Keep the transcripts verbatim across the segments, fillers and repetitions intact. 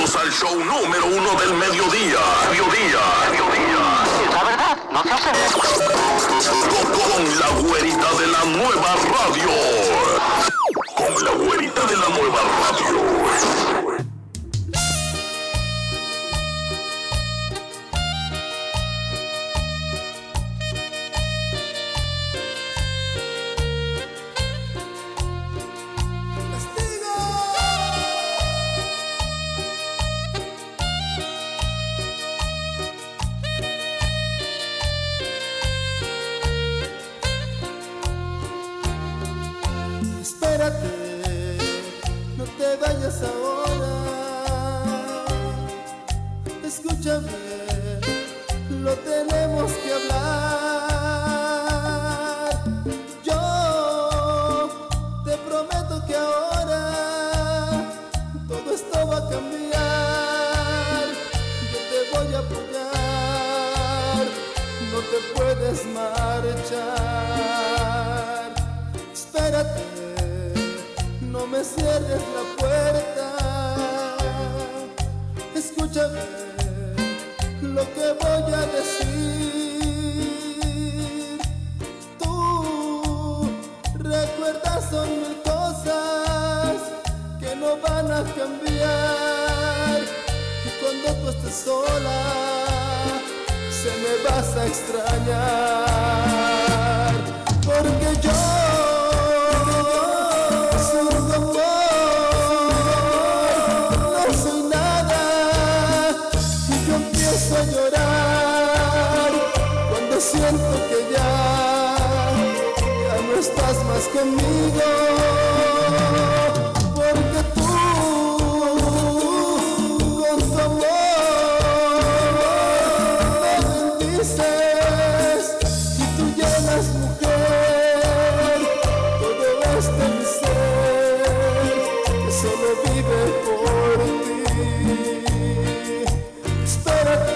Bienvenidos al show número uno del mediodía. Mediodía, mediodía. La verdad, no se ofende. Con, con la güerita de la nueva radio. Con la güerita de la nueva radio. No te vayas ahora, escúchame, lo tenemos que hablar. Yo te prometo que ahora todo esto va a cambiar. Yo te voy a apoyar, no te puedes marchar. Espérate, no me cierres la puerta, escúchame lo que voy a decir. Tú recuerdas, son mil cosas que no van a cambiar, y cuando tú estés sola se me vas a extrañar, porque yo a llorar cuando siento que ya, ya no estás más conmigo, porque tú con tu amor me bendices y tú llenas, mujer, todo este mi ser que solo vive por ti. Espérate,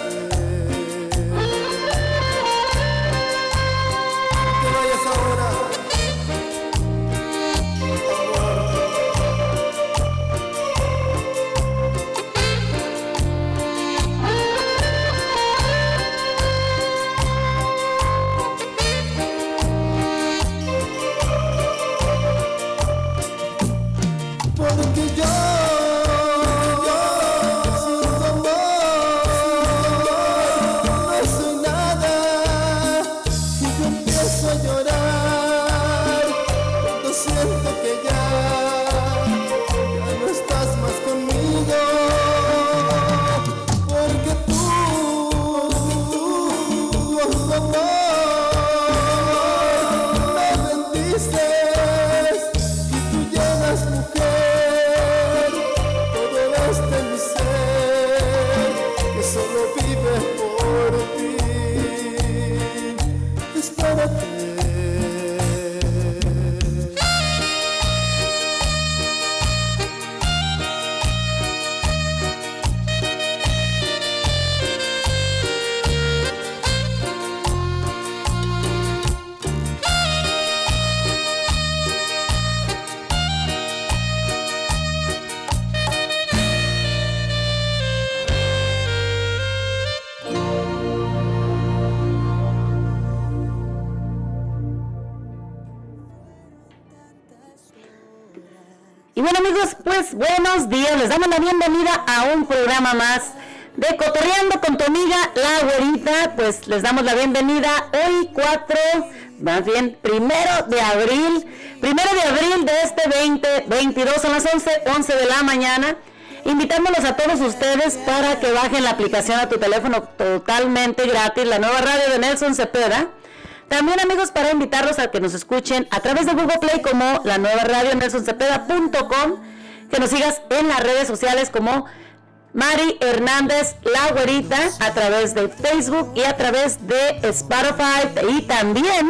Y bueno, amigos, pues buenos días, les damos la bienvenida a un programa más de Cotorreando con tu amiga La Güerita. Pues les damos la bienvenida hoy cuatro, más bien primero de abril, primero de abril de este veinte veintidós, son las once de la mañana, invitándolos a todos ustedes para que bajen la aplicación a tu teléfono totalmente gratis, la nueva radio de Nelson Cepeda. También, amigos, para invitarlos a que nos escuchen a través de Google Play como la nueva radio nelson cepeda punto com, que nos sigas en las redes sociales como Mari Hernández La Güerita, a través de Facebook y a través de Spotify, y también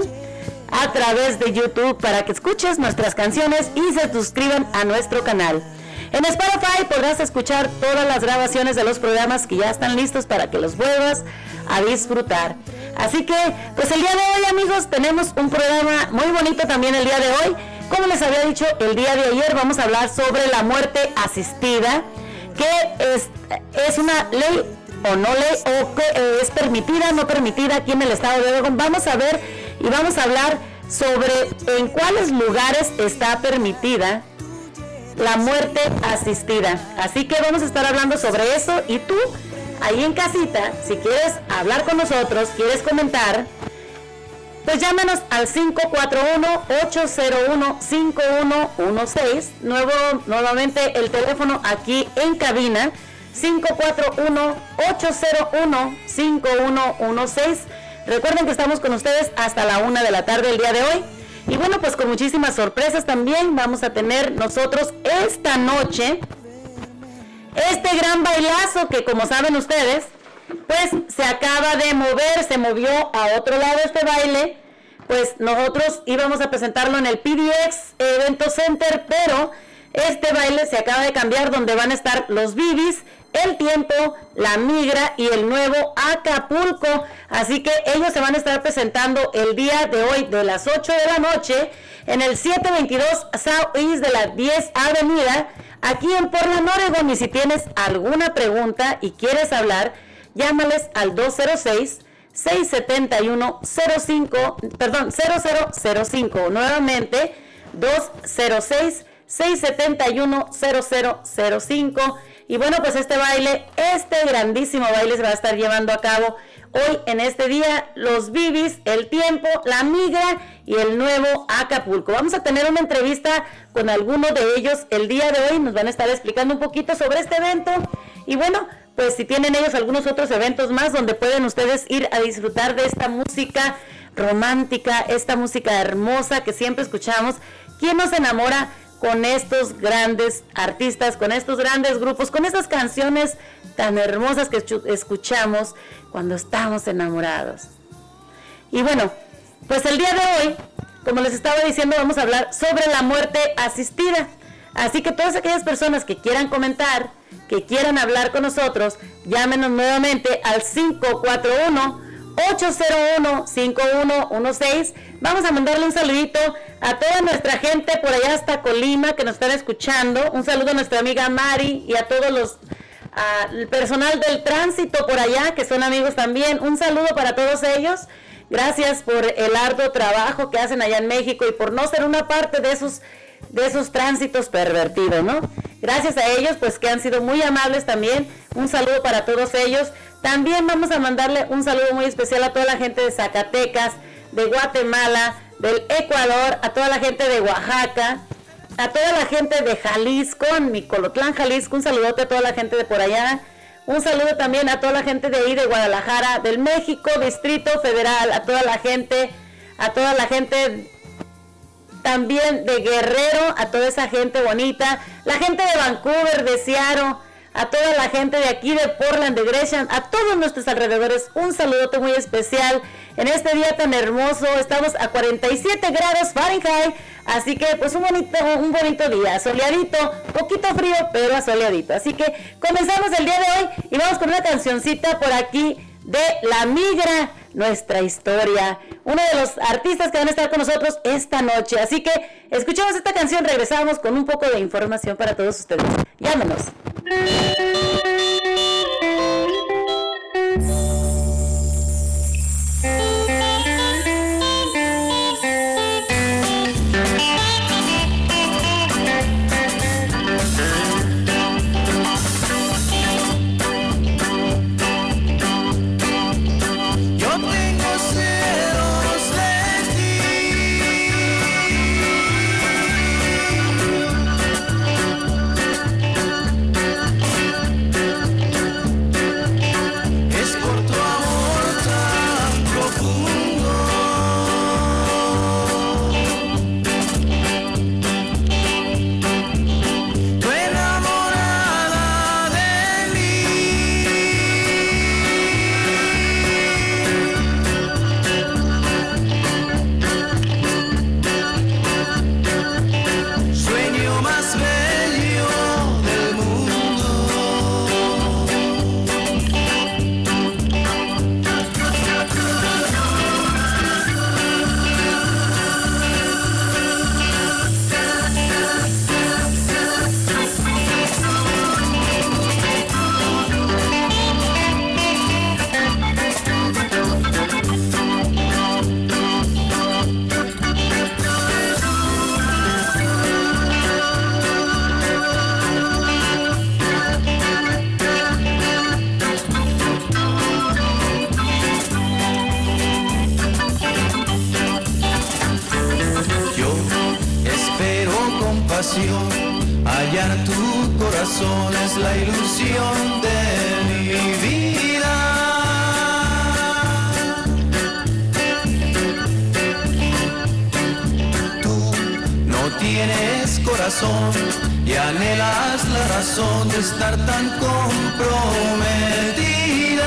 a través de YouTube, para que escuches nuestras canciones y se suscriban a nuestro canal. En Spotify podrás escuchar todas las grabaciones de los programas que ya están listos para que los vuelvas a disfrutar. Así que, pues el día de hoy, amigos, tenemos un programa muy bonito también el día de hoy. Como les había dicho, el día de ayer vamos a hablar sobre la muerte asistida, que es, es una ley o no ley, o que eh, es permitida, no permitida aquí en el estado de Oregon. Vamos a ver y vamos a hablar sobre en cuáles lugares está permitida la muerte asistida. Así que vamos a estar hablando sobre eso, y tú, ahí en casita, si quieres hablar con nosotros, quieres comentar, pues llámanos al cinco cuatro uno, ocho cero uno, cinco uno uno seis. Nuevo, nuevamente el teléfono aquí en cabina, cinco cuatro uno, ocho cero uno, cinco uno uno seis. Recuerden que estamos con ustedes hasta la una de la tarde el día de hoy. Y bueno, pues con muchísimas sorpresas también vamos a tener nosotros esta noche este gran bailazo que, como saben ustedes, pues se acaba de mover, se movió a otro lado este baile. Pues nosotros íbamos a presentarlo en el P D X Evento Center, pero este baile se acaba de cambiar, donde van a estar los Bibis, El Tiempo, La Migra y el nuevo Acapulco. Así que ellos se van a estar presentando el día de hoy de las ocho de la noche en el setecientos veintidós Southeast de la diez Avenida, aquí en Portland, Oregon. Y si tienes alguna pregunta y quieres hablar, llámales al dos cero seis, seis siete uno, cero cinco, perdón, cero cero cero cinco. Nuevamente, dos cero seis, seis siete uno, cero cero cero cinco. Y bueno, pues este baile, este grandísimo baile se va a estar llevando a cabo hoy en este día. Los Bibis, El Tiempo, La Migra y el nuevo Acapulco. Vamos a tener una entrevista con alguno de ellos el día de hoy. Nos van a estar explicando un poquito sobre este evento. Y bueno, pues si tienen ellos algunos otros eventos más donde pueden ustedes ir a disfrutar de esta música romántica, esta música hermosa que siempre escuchamos. ¿Quién nos enamora con estos grandes artistas, con estos grandes grupos, con estas canciones tan hermosas que escuchamos cuando estamos enamorados? Y bueno, pues el día de hoy, como les estaba diciendo, vamos a hablar sobre la muerte asistida. Así que todas aquellas personas que quieran comentar, que quieran hablar con nosotros, llámenos nuevamente al cinco cuatro uno, ocho cero uno, cinco uno uno seis. Vamos a mandarle un saludito a toda nuestra gente por allá hasta Colima que nos están escuchando. Un saludo a nuestra amiga Mari y a todos los uh, el personal del tránsito por allá, que son amigos también. Un saludo para todos ellos. Gracias por el arduo trabajo que hacen allá en México y por no ser una parte de esos de esos tránsitos pervertidos, ¿no? Gracias a ellos, pues que han sido muy amables también. Un saludo para todos ellos. También vamos a mandarle un saludo muy especial a toda la gente de Zacatecas, de Guatemala, del Ecuador, a toda la gente de Oaxaca, a toda la gente de Jalisco, en Micolotlán, Jalisco. Un saludote a toda la gente de por allá. Un saludo también a toda la gente de ahí de Guadalajara, del México, Distrito Federal, a toda la gente, a toda la gente también de Guerrero, a toda esa gente bonita, la gente de Vancouver, de Seattle, a toda la gente de aquí de Portland, de Gresham, a todos nuestros alrededores, un saludote muy especial en este día tan hermoso. Estamos a cuarenta y siete grados Fahrenheit, así que pues un bonito, un bonito día, soleadito, poquito frío, pero soleadito. Así que comenzamos el día de hoy y vamos con una cancioncita por aquí de La Migra, Nuestra Historia, uno de los artistas que van a estar con nosotros esta noche. Así que escuchemos esta canción, regresamos con un poco de información para todos ustedes. Llámenos. Yo corazón es la ilusión de mi vida. Tú no tienes corazón y anhelas la razón de estar tan comprometida.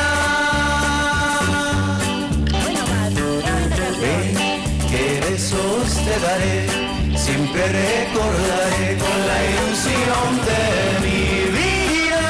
¿Qué besos te daré? Siempre recordaré con la ilusión de mi vida.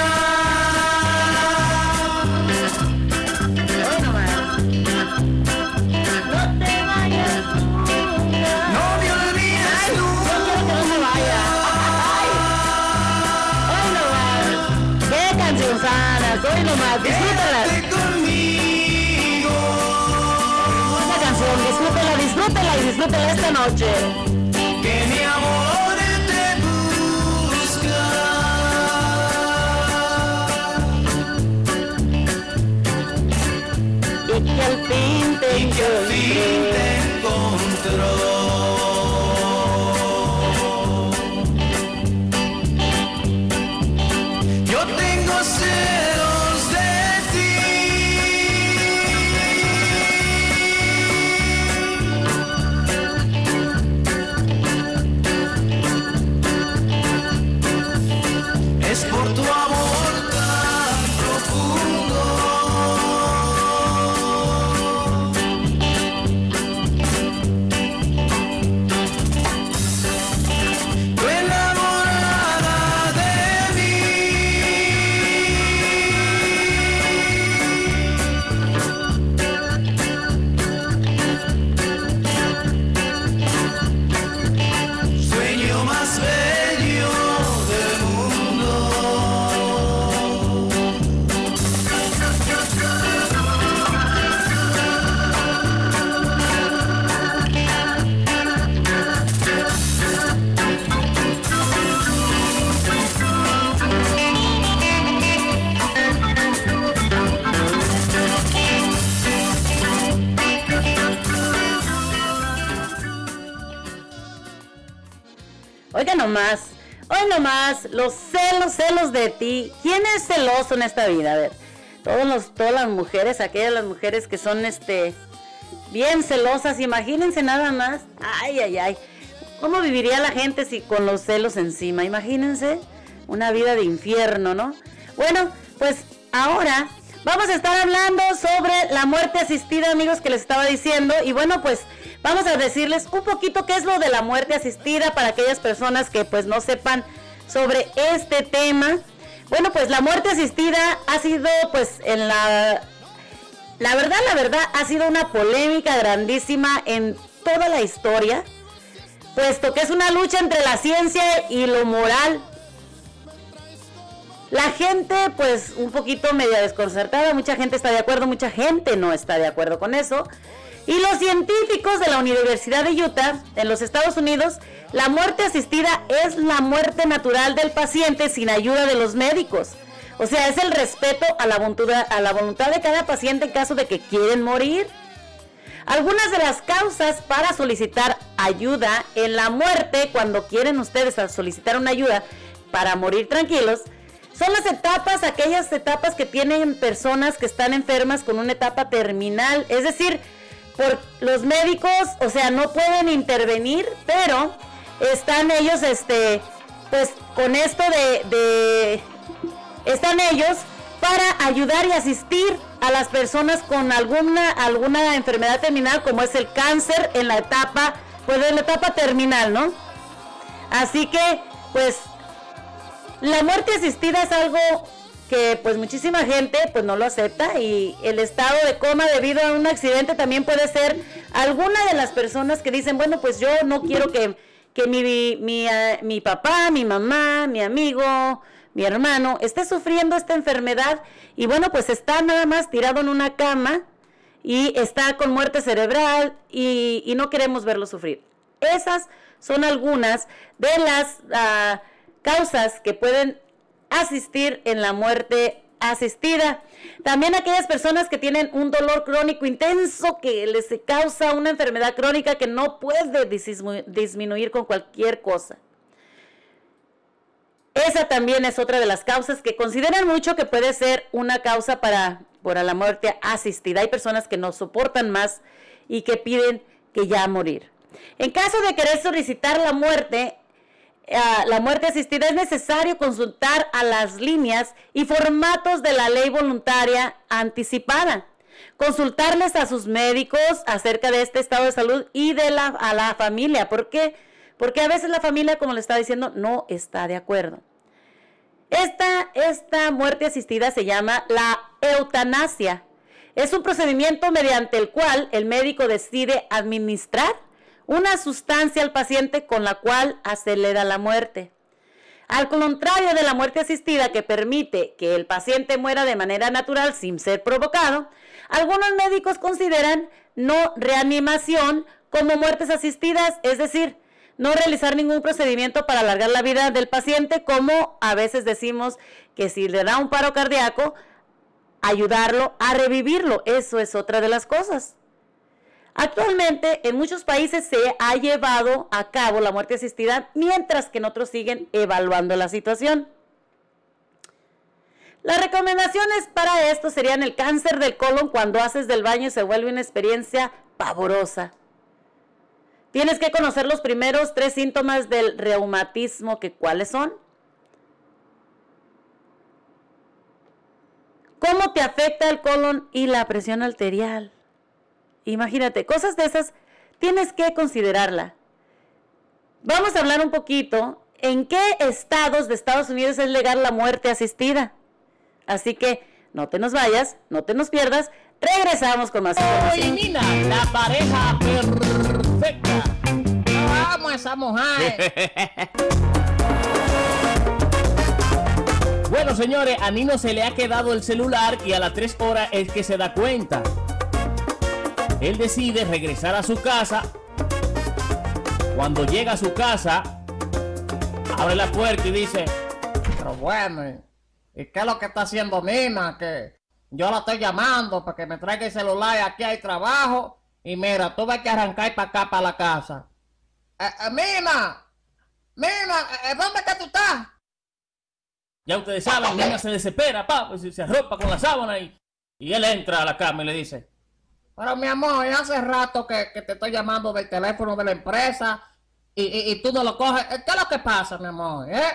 No te vayas nunca. No me olvides Ay, nunca. yo quiero que no se vaya. Ay, hoy nomás. Qué cancionzanas, hoy nomás. Disfrútalas. Quédate conmigo. Esta canción, disfrútela, disfrútela y disfrútela esta noche. Que mi amor te busca. Y que al fin te Y que al fin encontré. te encontró. Yo tengo celos de ti. Es por tu amor tan profundo. Tu enamorada de mí. Sueño más bello del mundo. Oiga nomás, hoy nomás, los celos, celos de ti. ¿Quién es celoso en esta vida? A ver, todos los, todas las mujeres, aquellas las mujeres que son este bien celosas, imagínense nada más. Ay, ay, ay. ¿Cómo viviría la gente si con los celos encima? Imagínense una vida de infierno, ¿no? Bueno, pues ahora vamos a estar hablando sobre la muerte asistida, amigos, que les estaba diciendo. Y bueno, pues vamos a decirles un poquito qué es lo de la muerte asistida para aquellas personas que pues no sepan sobre este tema. Bueno, pues la muerte asistida ha sido pues en la... La verdad, la verdad, ha sido una polémica grandísima en toda la historia, puesto que es una lucha entre la ciencia y lo moral. La gente, pues, un poquito media desconcertada, mucha gente está de acuerdo, mucha gente no está de acuerdo con eso. Y los científicos de la Universidad de Utah, en los Estados Unidos, la muerte asistida es la muerte natural del paciente sin ayuda de los médicos. O sea, es el respeto a la voluntad, a la voluntad de cada paciente en caso de que quieren morir. Algunas de las causas para solicitar ayuda en la muerte, cuando quieren ustedes solicitar una ayuda para morir tranquilos, son las etapas, aquellas etapas que tienen personas que están enfermas con una etapa terminal. Es decir, por los médicos, o sea, no pueden intervenir, pero están ellos, este, pues, con esto de... de están ellos para ayudar y asistir a las personas con alguna alguna enfermedad terminal, como es el cáncer, en la etapa, pues en la etapa terminal, ¿no? Así que, pues, la muerte asistida es algo que, pues, muchísima gente, pues, no lo acepta, y el estado de coma debido a un accidente también puede ser alguna de las personas que dicen, bueno, pues, yo no quiero que, que mi, mi, uh, mi papá, mi mamá, mi amigo, mi hermano esté sufriendo esta enfermedad, y bueno, pues está nada más tirado en una cama y está con muerte cerebral y, y no queremos verlo sufrir. Esas son algunas de las uh, causas que pueden asistir en la muerte asistida. También aquellas personas que tienen un dolor crónico intenso que les causa una enfermedad crónica que no puede disminuir con cualquier cosa. Esa también es otra de las causas que consideran mucho que puede ser una causa para, para la muerte asistida. Hay personas que no soportan más y que piden que ya morir. En caso de querer solicitar la muerte, uh, la muerte asistida, es necesario consultar a las líneas y formatos de la ley voluntaria anticipada. Consultarles a sus médicos acerca de este estado de salud y de la, a la familia. ¿Por qué? Porque a veces la familia, como le estaba diciendo, no está de acuerdo. Esta, esta muerte asistida se llama la eutanasia. Es un procedimiento mediante el cual el médico decide administrar una sustancia al paciente con la cual acelera la muerte. Al contrario de la muerte asistida, que permite que el paciente muera de manera natural sin ser provocado, algunos médicos consideran no reanimación como muertes asistidas, es decir, no realizar ningún procedimiento para alargar la vida del paciente, como a veces decimos que si le da un paro cardíaco, ayudarlo a revivirlo. Eso es otra de las cosas. Actualmente en muchos países se ha llevado a cabo la muerte asistida, mientras que en otros siguen evaluando la situación. Las recomendaciones para esto serían el cáncer del colon. Cuando haces del baño se vuelve una experiencia pavorosa. Tienes que conocer los primeros tres síntomas del reumatismo, que ¿cuáles son? ¿Cómo te afecta el colon y la presión arterial? Imagínate, cosas de esas tienes que considerarla. Vamos a hablar un poquito en qué estados de Estados Unidos es legal la muerte asistida. Así que no te nos vayas, no te nos pierdas. Regresamos con más información. Oye, Nina, la pareja perfecta. Vamos a esa mujer. Bueno, señores, a Nino se le ha quedado el celular y a las tres horas es que se da cuenta. Él decide regresar a su casa. Cuando llega a su casa, abre la puerta y dice: pero bueno, ¿y qué es lo que está haciendo Nina? Que yo la estoy llamando para que me traiga el celular y aquí hay trabajo. Y mira, tuve que arrancar para acá, para la casa. Eh, eh, Nina, Nina, eh, ¿dónde es que tú estás? Ya ustedes saben, Nina se desespera, pa, pues, se arropa con la sábana y, y él entra a la cama y le dice: pero mi amor, hace rato que, que te estoy llamando del teléfono de la empresa y, y, y tú no lo coges. ¿Qué es lo que pasa, mi amor? ¿Eh?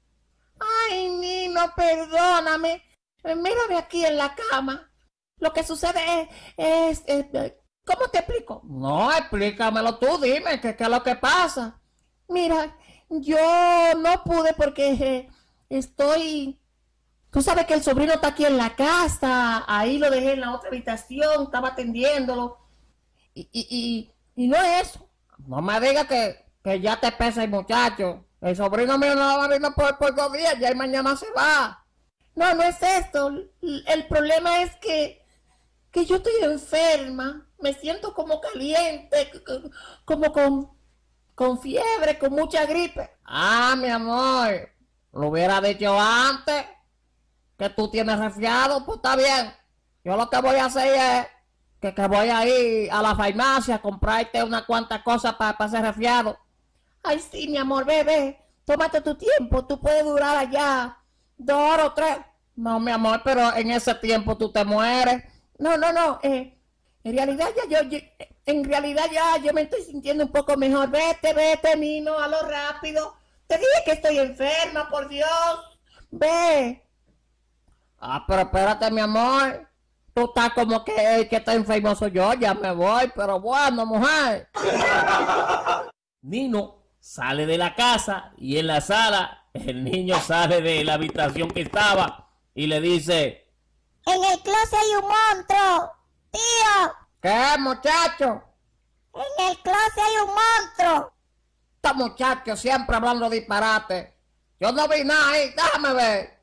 Ay, Nino, perdóname. Mírame aquí en la cama. Lo que sucede es, es, es... ¿Cómo te explico? No, explícamelo tú, dime, ¿qué, qué es lo que pasa? Mira, yo no pude porque eh, estoy... Tú sabes que el sobrino está aquí en la casa, ahí lo dejé en la otra habitación, estaba atendiéndolo. Y, y, y, y no es eso. No me digas que, que ya te pesa el muchacho. El sobrino mío no va a venir por, por dos días, ya y mañana se va. No, no es esto. El problema es que, que yo estoy enferma. Me siento como caliente, como con, con fiebre, con mucha gripe. Ah, mi amor, lo hubiera dicho antes. Que tú tienes resfriado, pues está bien. Yo lo que voy a hacer es que, que voy a ir a la farmacia a comprarte unas cuantas cosas para pa ese resfriado. Ay, sí, mi amor, bebé, tómate tu tiempo, tú puedes durar allá dos horas o tres. No, mi amor, pero en ese tiempo tú te mueres. No, no, no, eh, en realidad ya yo, yo, en realidad ya yo me estoy sintiendo un poco mejor. Vete, vete, Nino, hazlo rápido. Te dije que estoy enferma, por Dios. Ve. Ah, pero espérate, mi amor. Tú estás como que el que está enfermo soy yo. Ya me voy, pero bueno, mujer. Nino sale de la casa y en la sala el niño sale de la habitación que estaba y le dice: en el closet hay un monstruo, tío. ¿Qué, muchacho? En el closet hay un monstruo. Estos muchachos siempre hablando disparate. Yo no vi nada ahí, déjame ver.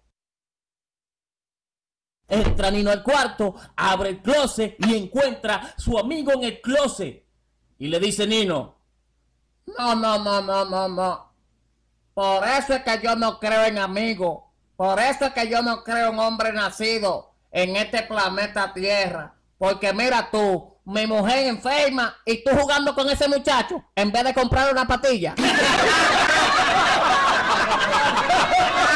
Entra Nino al cuarto, abre el closet y encuentra a su amigo en el closet. Y le dice Nino: no, no, no, no, no, no. Por eso es que yo no creo en amigos. Por eso es que yo no creo en hombre nacido en este planeta Tierra. Porque mira tú, mi mujer enferma y tú jugando con ese muchacho en vez de comprar una patilla.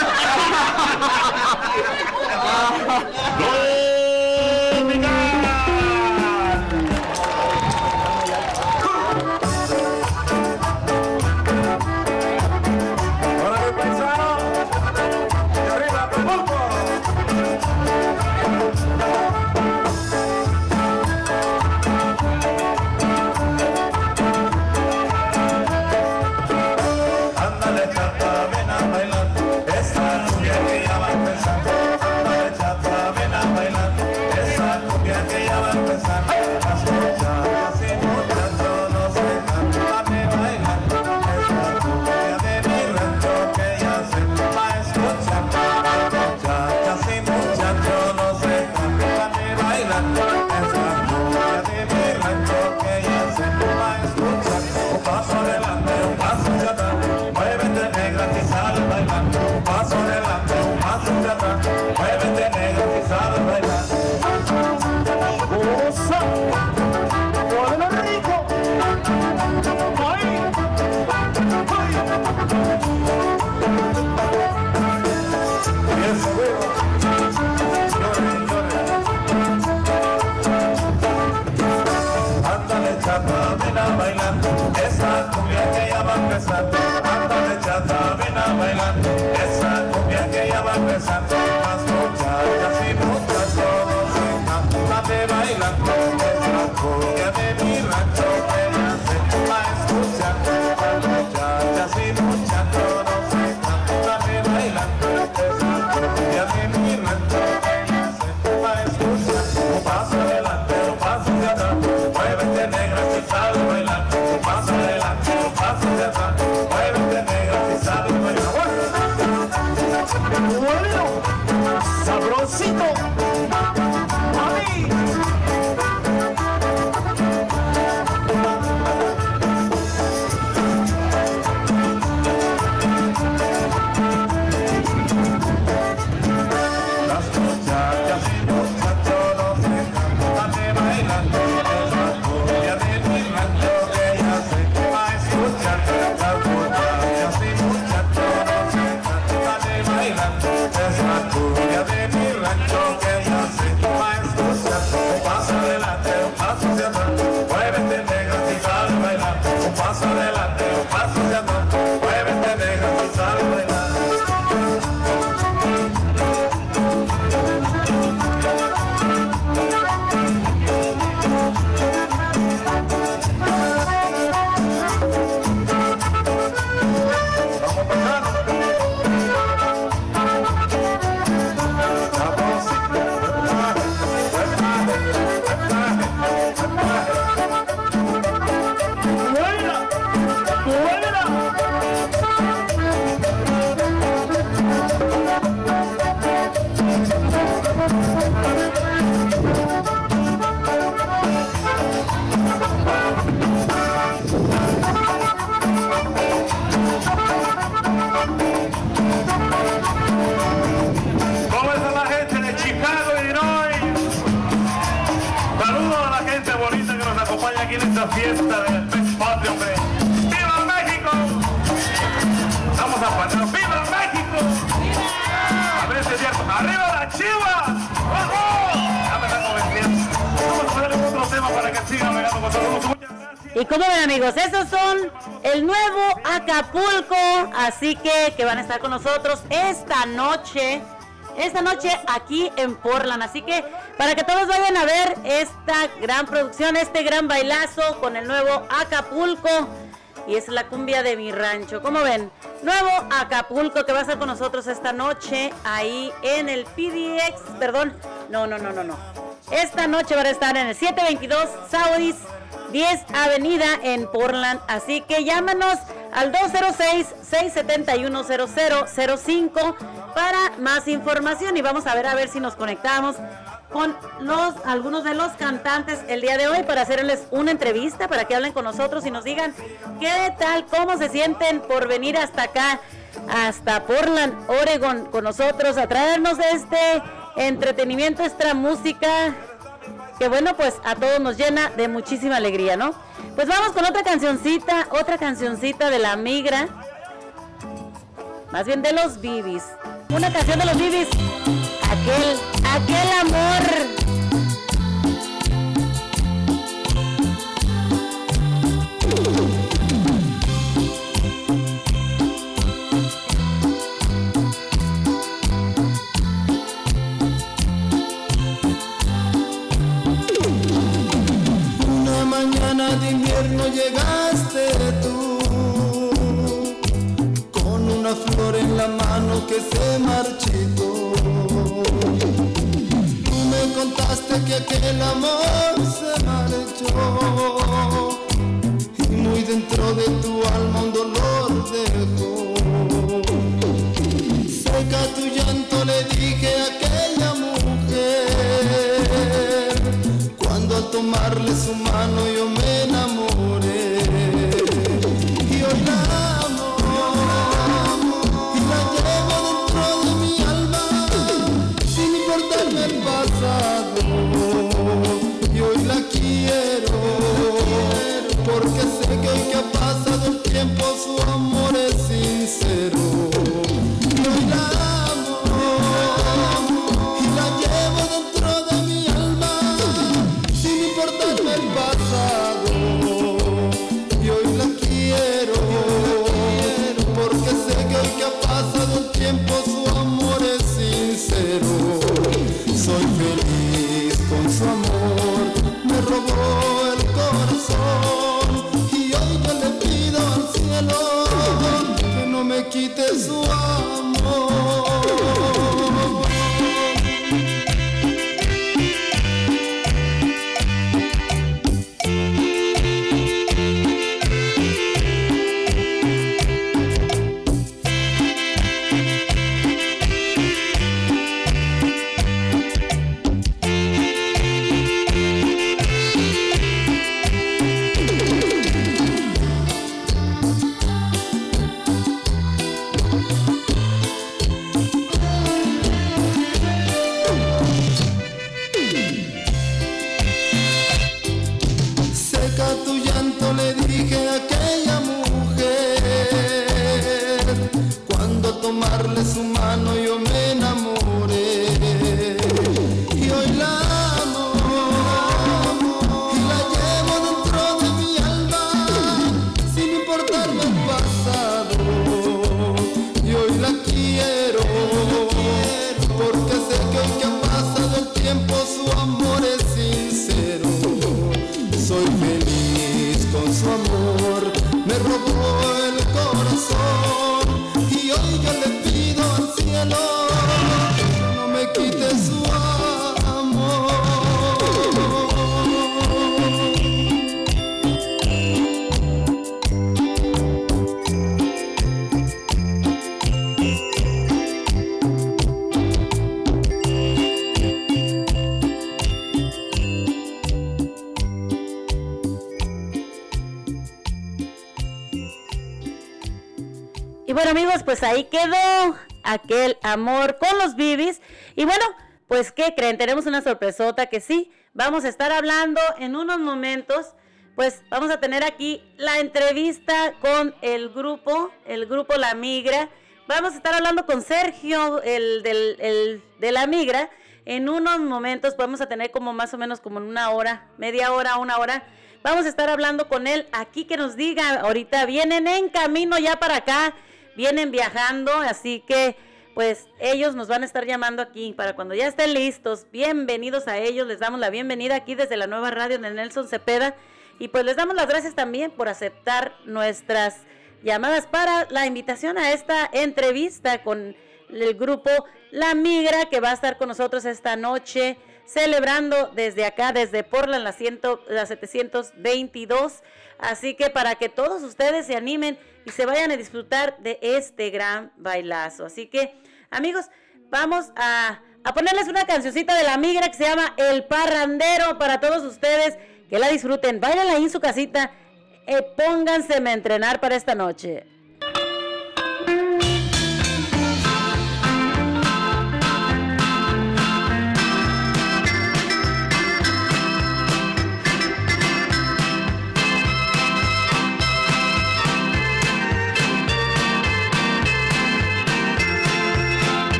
Fiesta del mes patrio, hombre. ¡Viva México! Vamos a parar. ¡Viva México! A ver si es cierto. ¡Arriba las Chivas! ¡Vamos! Ya me están convenciendo. Vamos a ponerle otro tema para que sigan pegando con todos. Muchas gracias. Y como ven, amigos, esos son el nuevo Acapulco, así que que van a estar con nosotros esta noche. Esta noche aquí en Portland, así que para que todos vayan a ver esta gran producción, este gran bailazo con el nuevo Acapulco, y es la cumbia de mi rancho. Como ven, nuevo Acapulco que va a estar con nosotros esta noche ahí en el P D X, perdón, no, no, no, no, no. Esta noche van a estar en el setecientos veintidós Southeast diez Avenida en Portland, así que llámanos al dos cero seis, seis siete uno, cero cero cero cinco para más información, y vamos a ver a ver si nos conectamos con los algunos de los cantantes el día de hoy para hacerles una entrevista, para que hablen con nosotros y nos digan qué tal, cómo se sienten por venir hasta acá, hasta Portland, Oregon, con nosotros a traernos este entretenimiento, esta música que bueno, pues a todos nos llena de muchísima alegría, ¿no? Pues vamos con otra cancioncita, otra cancioncita de la migra, más bien de los Bibis, una canción de los Bibis, a aquel, aquel amor. Una mañana de invierno llegaste tú, con una flor en la mano que se marchitó. Tú me contaste que aquel amor se marchó, y muy dentro de tu alma un dolor dejó. Seca tu llanto, le dije a aquella mujer, cuando al tomarle su mano yo me enamoré. Y hoy la amo, y la llevo dentro de mi alma, sin importarme el pasado. Y hoy la quiero, porque sé que hoy que ha pasado el tiempo su amor es sincero. Y hoy la amo, y la llevo dentro de mi alma, sin importarme el pasado. Y hoy la quiero, porque sé que hoy que ha pasado el tiempo su amor es sincero. Soy feliz con su amor, me robó el corazón, y hoy yo le pido al cielo que no me quite su amor. Seca tu llanto, le dije a aquella mujer, cuando tomarle su mano yo me enamoré. Y hoy la amo, y la llevo dentro de mi alma, sin importarme el pasado. Y hoy la quiero, porque sé que hoy que ha pasado el tiempo su amor es sincero. Soy feliz con su amor, me robó el corazón, y hoy yo le pido al cielo que no me quite su amor. Y bueno, amigos, pues ahí quedó aquel amor con los Bibis. Y bueno, pues ¿qué creen? Tenemos una sorpresota que sí, vamos a estar hablando en unos momentos. Pues vamos a tener aquí la entrevista con el grupo, el grupo La Migra. Vamos a estar hablando con Sergio, el, del, el de La Migra. En unos momentos vamos a tener como más o menos como en una hora, media hora, una hora. Vamos a estar hablando con él aquí, que nos diga, ahorita vienen en camino ya para acá, vienen viajando, así que pues ellos nos van a estar llamando aquí para cuando ya estén listos. Bienvenidos a ellos, les damos la bienvenida aquí desde la nueva radio de Nelson Cepeda, y pues les damos las gracias también por aceptar nuestras llamadas para la invitación a esta entrevista con el grupo La Migra, que va a estar con nosotros esta noche, celebrando desde acá, desde Portland, la, ciento, la setecientos veintidós. Así que para que todos ustedes se animen y se vayan a disfrutar de este gran bailazo. Así que, amigos, vamos a, a ponerles una cancioncita de La Migra que se llama El Parrandero para todos ustedes. Que la disfruten, bailen ahí en su casita, eh, pónganse a entrenar para esta noche.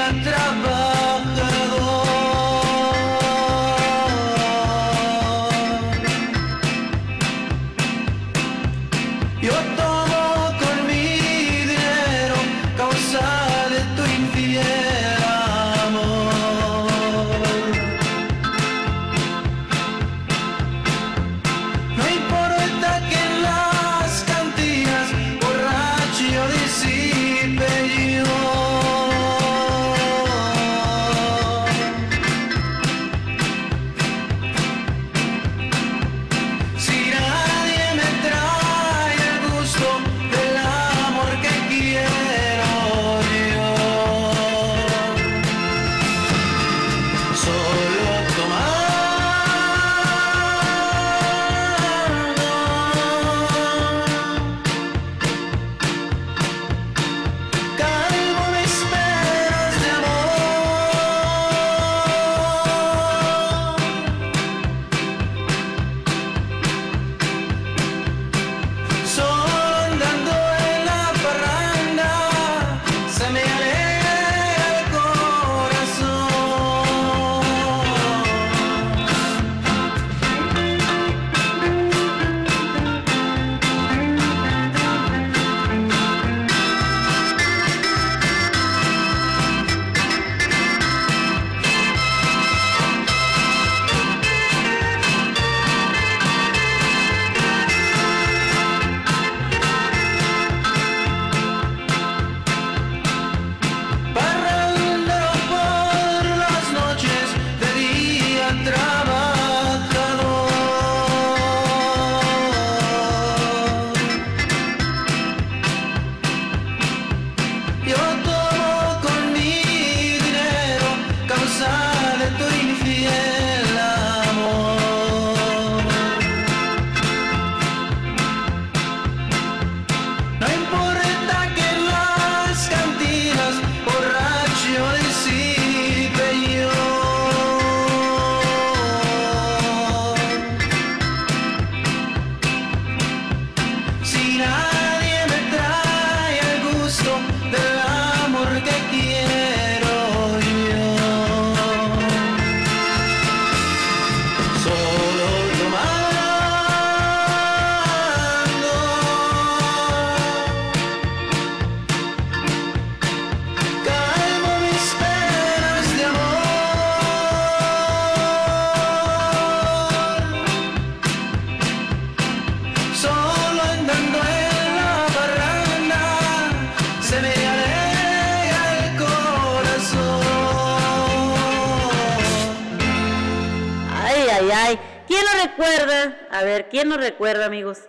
¿Quién no recuerda? A ver, ¿quién no recuerda, amigos?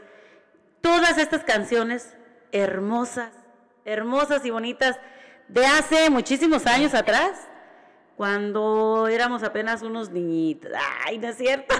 Todas estas canciones hermosas, hermosas y bonitas de hace muchísimos años atrás, cuando éramos apenas unos niñitos. Ay, ¿no es cierto?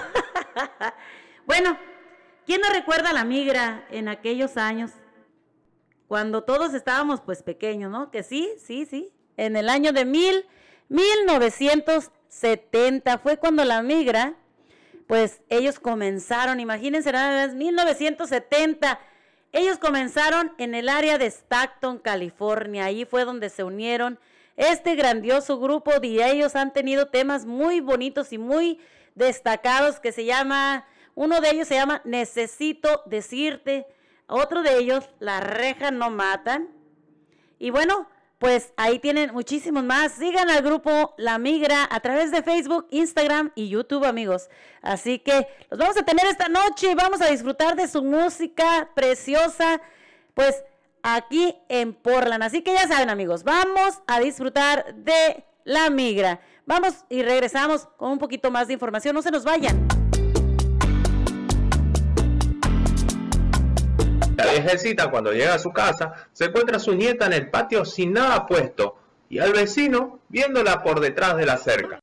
Bueno, ¿quién no recuerda a la migra en aquellos años? Cuando todos estábamos pues pequeños, ¿no? Que sí, sí, sí. En el año de mil, mil novecientos setenta fue cuando la migra, pues ellos comenzaron, imagínense nada más, mil novecientos setenta, ellos comenzaron en el área de Stockton, California. Ahí fue donde se unieron este grandioso grupo y ellos han tenido temas muy bonitos y muy destacados que se llama, uno de ellos se llama Necesito Decirte, otro de ellos, La Reja No Matan. Y bueno, pues ahí tienen muchísimos más. Sigan al grupo La Migra a través de Facebook, Instagram y YouTube, amigos. Así que los vamos a tener esta noche y vamos a disfrutar de su música preciosa, pues aquí en Portland. Así que ya saben, amigos, vamos a disfrutar de La Migra. Vamos y regresamos con un poquito más de información. No se nos vayan. La viejecita, cuando llega a su casa, se encuentra a su nieta en el patio sin nada puesto y al vecino viéndola por detrás de la cerca.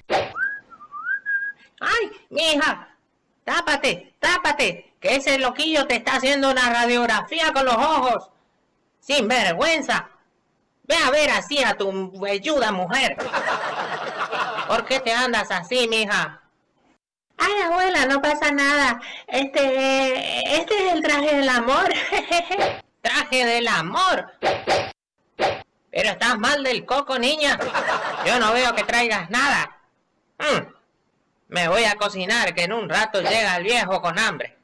¡Ay, mija! ¡Tápate, tápate! Que ese loquillo te está haciendo una radiografía con los ojos. ¡Sin vergüenza! Ve a ver así a tu velluda mujer. ¿Por qué te andas así, mija? Ay, abuela, no pasa nada. Este, este es el traje del amor. ¿Traje del amor? Pero estás mal del coco, niña. Yo no veo que traigas nada. Mm. Me voy a cocinar, que en un rato llega el viejo con hambre.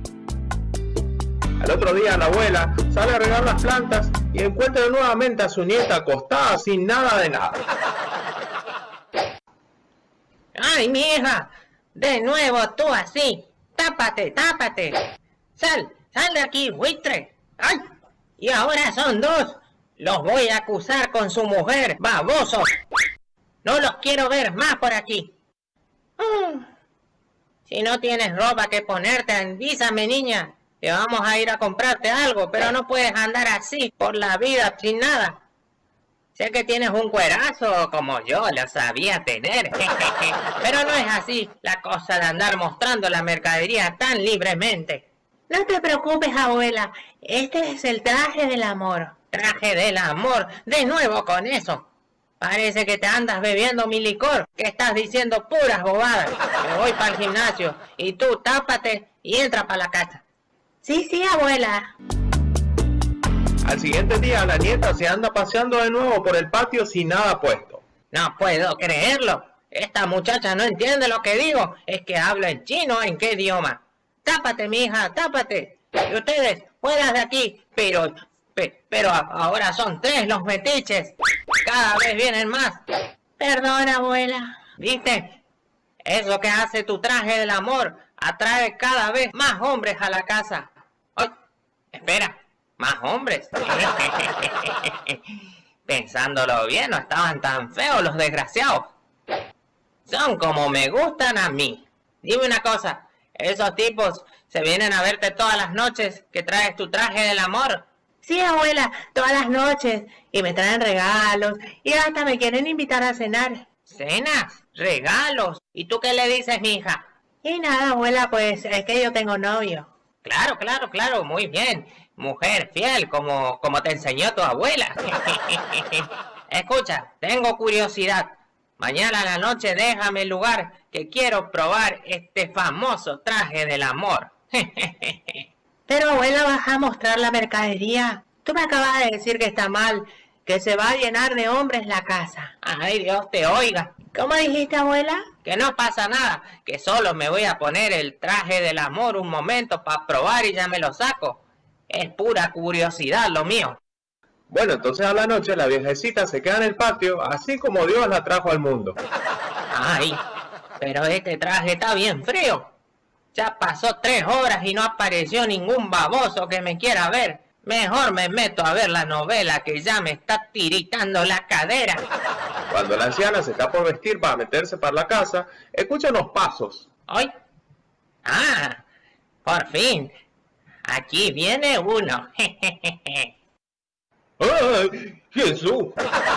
Al otro día la abuela sale a regar las plantas y encuentra nuevamente a su nieta acostada sin nada de nada. ¡Ay, mi hija! De nuevo tú así. Tápate, tápate. Sal, sal de aquí, buitre. ¡Ay! Y ahora son dos. Los voy a acusar con su mujer, babosos. No los quiero ver más por aquí. Mm. Si no tienes ropa que ponerte, avísame, niña. Que vamos a ir a comprarte algo, pero no puedes andar así por la vida sin nada. Sé que tienes un cuerazo como yo lo sabía tener. Pero no es así la cosa de andar mostrando la mercadería tan libremente. No te preocupes, abuela. Este es el traje del amor. Traje del amor. De nuevo con eso. Parece que te andas bebiendo mi licor. Que estás diciendo puras bobadas. Me voy para el gimnasio. Y tú tápate y entra para la casa. Sí, sí, abuela. Al siguiente día la nieta se anda paseando de nuevo por el patio sin nada puesto. No puedo creerlo. Esta muchacha no entiende lo que digo. Es que habla en chino, ¿en qué idioma? Tápate, mi hija, tápate. Y ustedes, fuera de aquí. Pero, pe, pero ahora son tres los metiches. Cada vez vienen más. Perdón, abuela. ¿Viste? Eso que hace tu traje del amor atrae cada vez más hombres a la casa. ¡Ay! Espera, más hombres. Pensándolo bien, no estaban tan feos los desgraciados. Son como me gustan a mí. Dime una cosa, ¿esos tipos se vienen a verte todas las noches que traes tu traje del amor? Sí, abuela, todas las noches. Y me traen regalos. Y hasta me quieren invitar a cenar. ¿Cenas? ¿Regalos? ¿Y tú qué le dices, mija? Y nada, abuela, pues es que yo tengo novio. Claro, claro, claro, muy bien. Mujer fiel, como, como te enseñó tu abuela. Escucha, tengo curiosidad. Mañana a la noche déjame el lugar que quiero probar este famoso traje del amor. Pero abuela, vas a mostrar la mercadería. Tú me acabas de decir que está mal, que se va a llenar de hombres la casa. Ay, Dios te oiga. ¿Cómo dijiste, abuela? Que no pasa nada, que solo me voy a poner el traje del amor un momento para probar y ya me lo saco. Es pura curiosidad lo mío. Bueno, entonces a la noche la viejecita se queda en el patio, así como Dios la trajo al mundo. Ay, pero este traje está bien frío. Ya pasó tres horas y no apareció ningún baboso que me quiera ver. Mejor me meto a ver la novela que ya me está tiritando la cadera. Cuando la anciana se está por vestir para meterse para la casa, escucha unos pasos. ¿Ay? Ah, por fin. Aquí viene uno. ¡Ay, Jesús!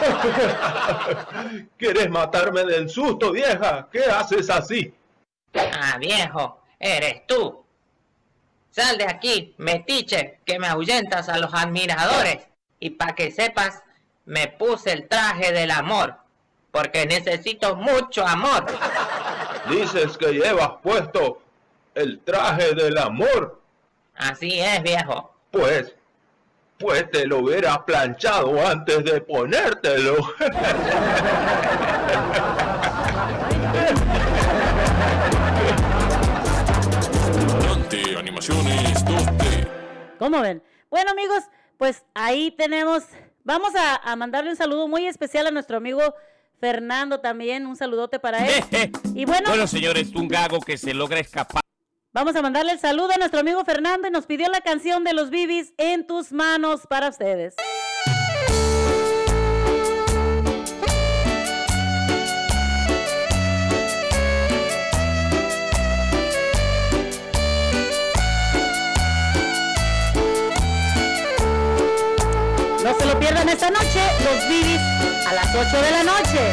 ¿Quieres matarme del susto, vieja? ¿Qué haces así? Ah, viejo, eres tú. Sal de aquí, metiche, que me ahuyentas a los admiradores. Y para que sepas, me puse el traje del amor, porque necesito mucho amor. Dices que llevas puesto el traje del amor. Así es, viejo. Pues, pues te lo hubieras planchado antes de ponértelo. Animaciones dos D. ¿Cómo ven? Bueno, amigos, pues ahí tenemos. Vamos a, a mandarle un saludo muy especial a nuestro amigo Fernando también. Un saludote para él. Y bueno, bueno, señores, un gago que se logra escapar. Vamos a mandarle el saludo a nuestro amigo Fernando y nos pidió la canción de los Bibis, En tus manos, para ustedes. No se lo pierdan esta noche, los Bibis a las ocho de la noche.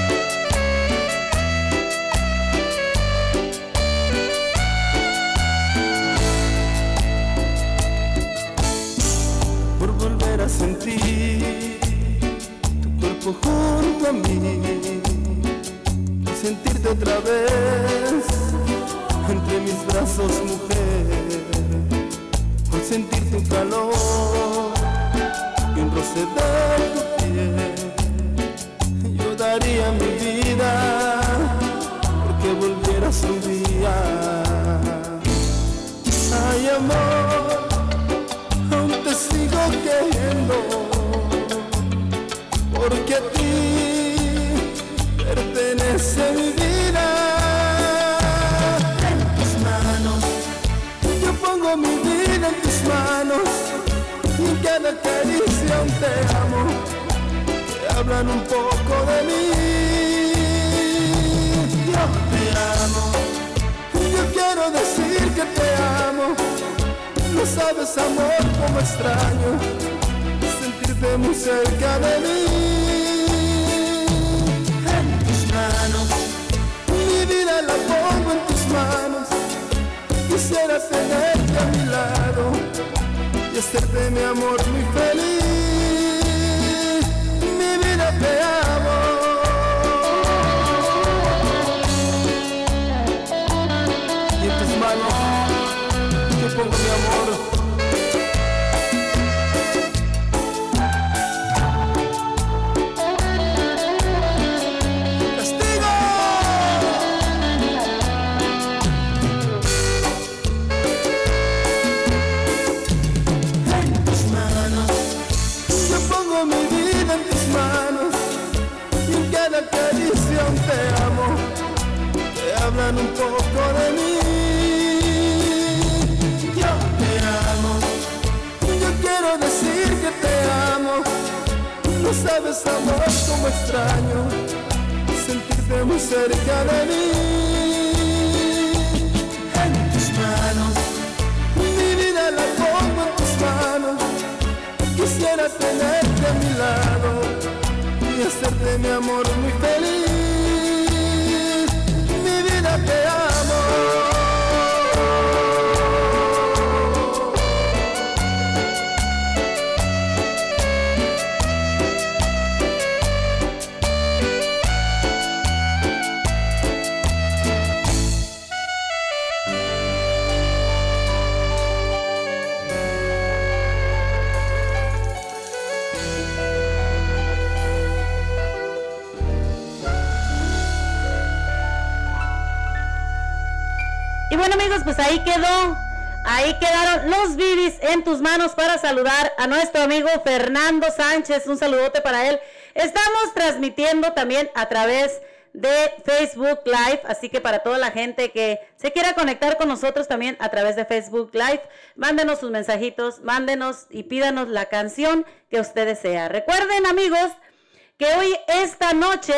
Por volver a sentir tu cuerpo junto a mí, y sentirte otra vez entre mis brazos, mujer, por sentir tu calor y un roce de tu piel, daría mi vida porque volvieras un día. Ay, amor, aún te sigo queriendo, porque a ti pertenece mi vida. En tus manos, yo pongo mi vida en tus manos, y en cada caricia un te amo, que hablan un poco de mí. Yo te amo, yo quiero decir que te amo. No sabes, amor, cómo extraño sentirte muy cerca de mí. En tus manos, mi vida la pongo en tus manos. Quisiera tenerte a mi lado y hacerte, mi amor, muy feliz. Mi vida, te amo. Y en tus manos yo pongo mi amor. ¡Castigo! En tus manos yo pongo mi vida en tus manos, y en cada caricia un te amo, que hablan un poco de mí. Quiero decir que te amo. No sabes, amor, cómo extraño sentirte muy cerca de mí. En tus manos, mi vida la pongo en tus manos. Quisiera tenerte a mi lado y hacerte, mi amor, muy feliz. Mi vida, te amo. Y bueno, amigos, pues ahí quedó, ahí quedaron los bibis en tus manos para saludar a nuestro amigo Fernando Sánchez. Un saludote para él. Estamos transmitiendo también a través de Facebook Live, así que para toda la gente que se quiera conectar con nosotros también a través de Facebook Live, mándenos sus mensajitos, mándenos y pídanos la canción que usted desea. Recuerden, amigos, que hoy, esta noche,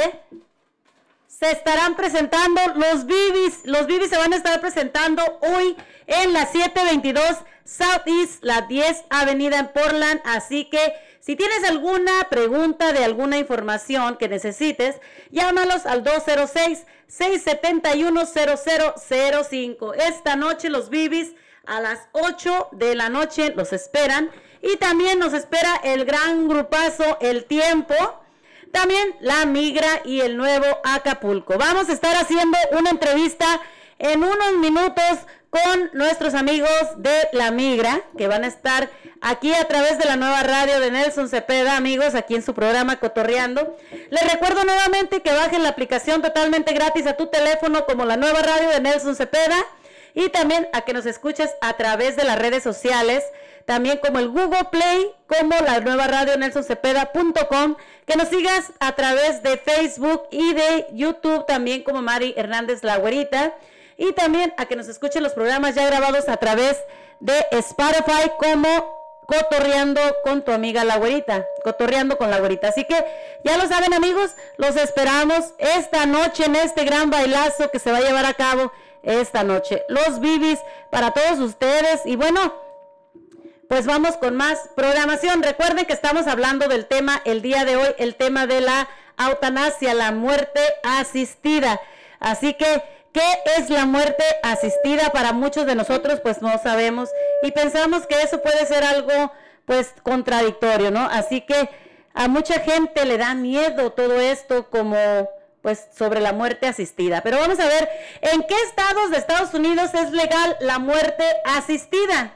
se estarán presentando los bibis. Los bibis se van a estar presentando hoy en la setecientos veintidós Southeast, la diez Avenida en Portland. Así que si tienes alguna pregunta de alguna información que necesites, llámalos al dos cero seis, seis siete uno, cero cero cero cinco. Esta noche los bibis a las ocho de la noche los esperan. Y también nos espera el gran grupazo El Tiempo. También La Migra y el nuevo Acapulco. Vamos a estar haciendo una entrevista en unos minutos con nuestros amigos de La Migra, que van a estar aquí a través de la nueva radio de Nelson Cepeda, amigos, aquí en su programa Cotorreando. Les recuerdo nuevamente que bajen la aplicación totalmente gratis a tu teléfono como la nueva radio de Nelson Cepeda, y también a que nos escuches a través de las redes sociales, también como el Google Play, como la nueva radio nelson cepeda punto com, que nos sigas a través de Facebook y de YouTube, también como Mari Hernández La Güerita, y también a que nos escuchen los programas ya grabados a través de Spotify como Cotorreando con tu amiga La Güerita, Cotorreando con La Güerita. Así que ya lo saben, amigos, los esperamos esta noche en este gran bailazo que se va a llevar a cabo esta noche. Los bibis para todos ustedes. Y bueno, pues vamos con más programación. Recuerden que estamos hablando del tema el día de hoy, el tema de la eutanasia, la muerte asistida. Así que, ¿qué es la muerte asistida? Para muchos de nosotros pues no sabemos y pensamos que eso puede ser algo pues contradictorio, ¿no? Así que a mucha gente le da miedo todo esto como pues sobre la muerte asistida. Pero vamos a ver en qué estados de Estados Unidos es legal la muerte asistida.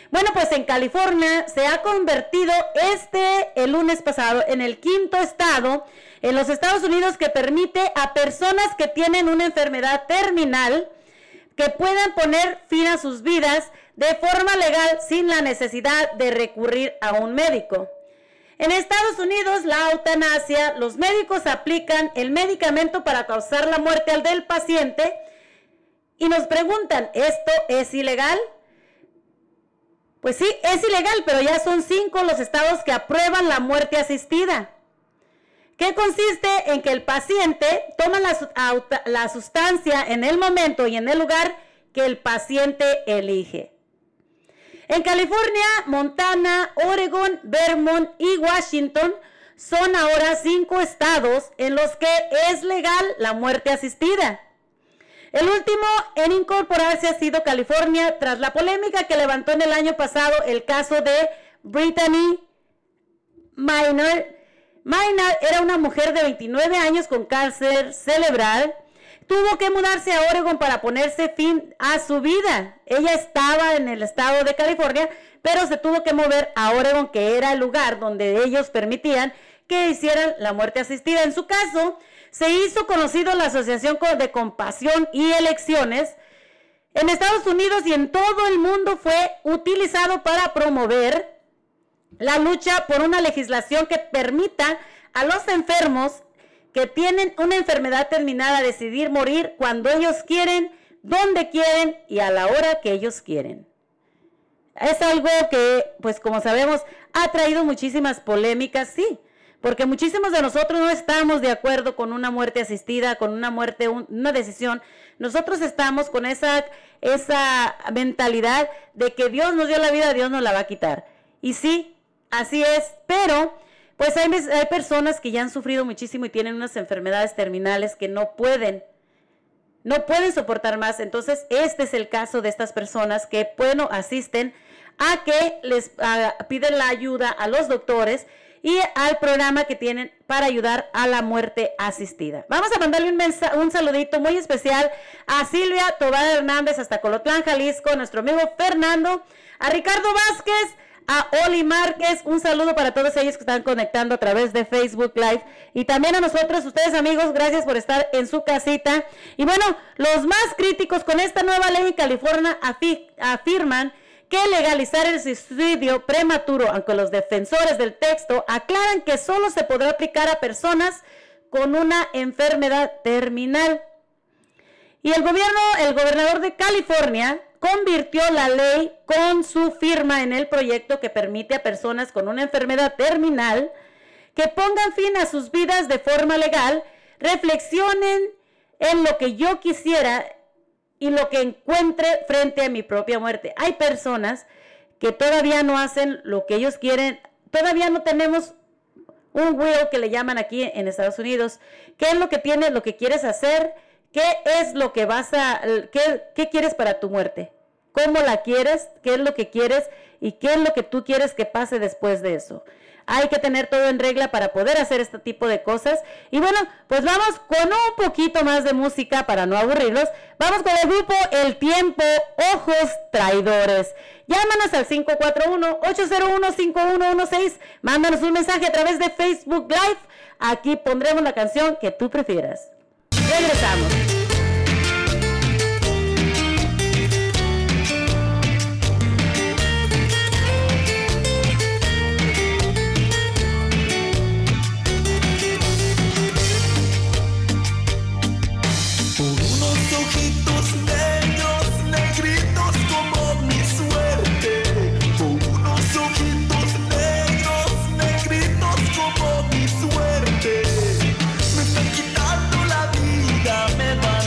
Bueno, pues en California se ha convertido este, el lunes pasado, en el quinto estado en los Estados Unidos que permite a personas que tienen una enfermedad terminal que puedan poner fin a sus vidas de forma legal sin la necesidad de recurrir a un médico. En Estados Unidos, la eutanasia, los médicos aplican el medicamento para causar la muerte al del paciente y nos preguntan, ¿esto es ilegal? Pues sí, es ilegal, pero ya son cinco los estados que aprueban la muerte asistida. ¿Qué consiste? En que el paciente toma la, la sustancia en el momento y en el lugar que el paciente elige. En California, Montana, Oregon, Vermont y Washington son ahora cinco estados en los que es legal la muerte asistida. El último en incorporarse ha sido California tras la polémica que levantó en el año pasado el caso de Brittany Minor. Minor era una mujer de veintinueve años con cáncer cerebral. Tuvo que mudarse a Oregon para ponerse fin a su vida. Ella estaba en el estado de California, pero se tuvo que mover a Oregon, que era el lugar donde ellos permitían que hicieran la muerte asistida. En su caso, se hizo conocido la Asociación de Compasión y Elecciones. En Estados Unidos y en todo el mundo fue utilizado para promover la lucha por una legislación que permita a los enfermos que tienen una enfermedad terminal a decidir morir cuando ellos quieren, donde quieren y a la hora que ellos quieren. Es algo que, pues como sabemos, ha traído muchísimas polémicas, sí, porque muchísimos de nosotros no estamos de acuerdo con una muerte asistida, con una muerte, un, una decisión. Nosotros estamos con esa, esa mentalidad de que Dios nos dio la vida, Dios nos la va a quitar. Y sí, así es, pero pues hay, hay personas que ya han sufrido muchísimo y tienen unas enfermedades terminales que no pueden, no pueden soportar más. Entonces, este es el caso de estas personas que, bueno, asisten a que les a, piden la ayuda a los doctores y al programa que tienen para ayudar a la muerte asistida. Vamos a mandarle un, mensa, un saludito muy especial a Silvia Tobar Hernández hasta Colotlán, Jalisco, a nuestro amigo Fernando, a Ricardo Vázquez, a Oli Márquez, un saludo para todos ellos que están conectando a través de Facebook Live y también a nosotros, ustedes amigos, gracias por estar en su casita. Y bueno, los más críticos con esta nueva ley en California afi afirman que legalizar el suicidio prematuro, aunque los defensores del texto aclaran que solo se podrá aplicar a personas con una enfermedad terminal. Y el gobierno, el gobernador de California convirtió la ley con su firma en el proyecto que permite a personas con una enfermedad terminal que pongan fin a sus vidas de forma legal, reflexionen en lo que yo quisiera y lo que encuentre frente a mi propia muerte. Hay personas que todavía no hacen lo que ellos quieren, todavía no tenemos un will que le llaman aquí en Estados Unidos. ¿Qué es lo que tienes, lo que quieres hacer? ¿Qué es lo que vas a, qué, qué quieres para tu muerte? ¿Cómo la quieres? ¿Qué es lo que quieres? ¿Y qué es lo que tú quieres que pase después de eso? Hay que tener todo en regla para poder hacer este tipo de cosas. Y bueno, pues vamos con un poquito más de música para no aburrirlos. Vamos con el grupo El Tiempo, Ojos Traidores. Llámanos al cinco cuatro uno, ocho cero uno, cinco uno uno seis. Mándanos un mensaje a través de Facebook Live. Aquí pondremos la canción que tú prefieras. Regresamos. Me están quitando la vida, me van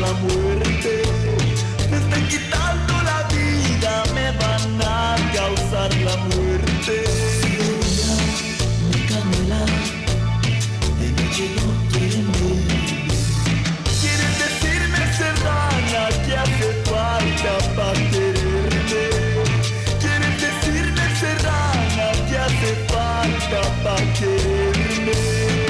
la muerte. Me están quitando la vida, me van a causar la muerte. Mi canela, de noche no quieren ver. Quieren decirme serrana que hace falta para quererme. Quieren decirme serrana que hace falta para quererme.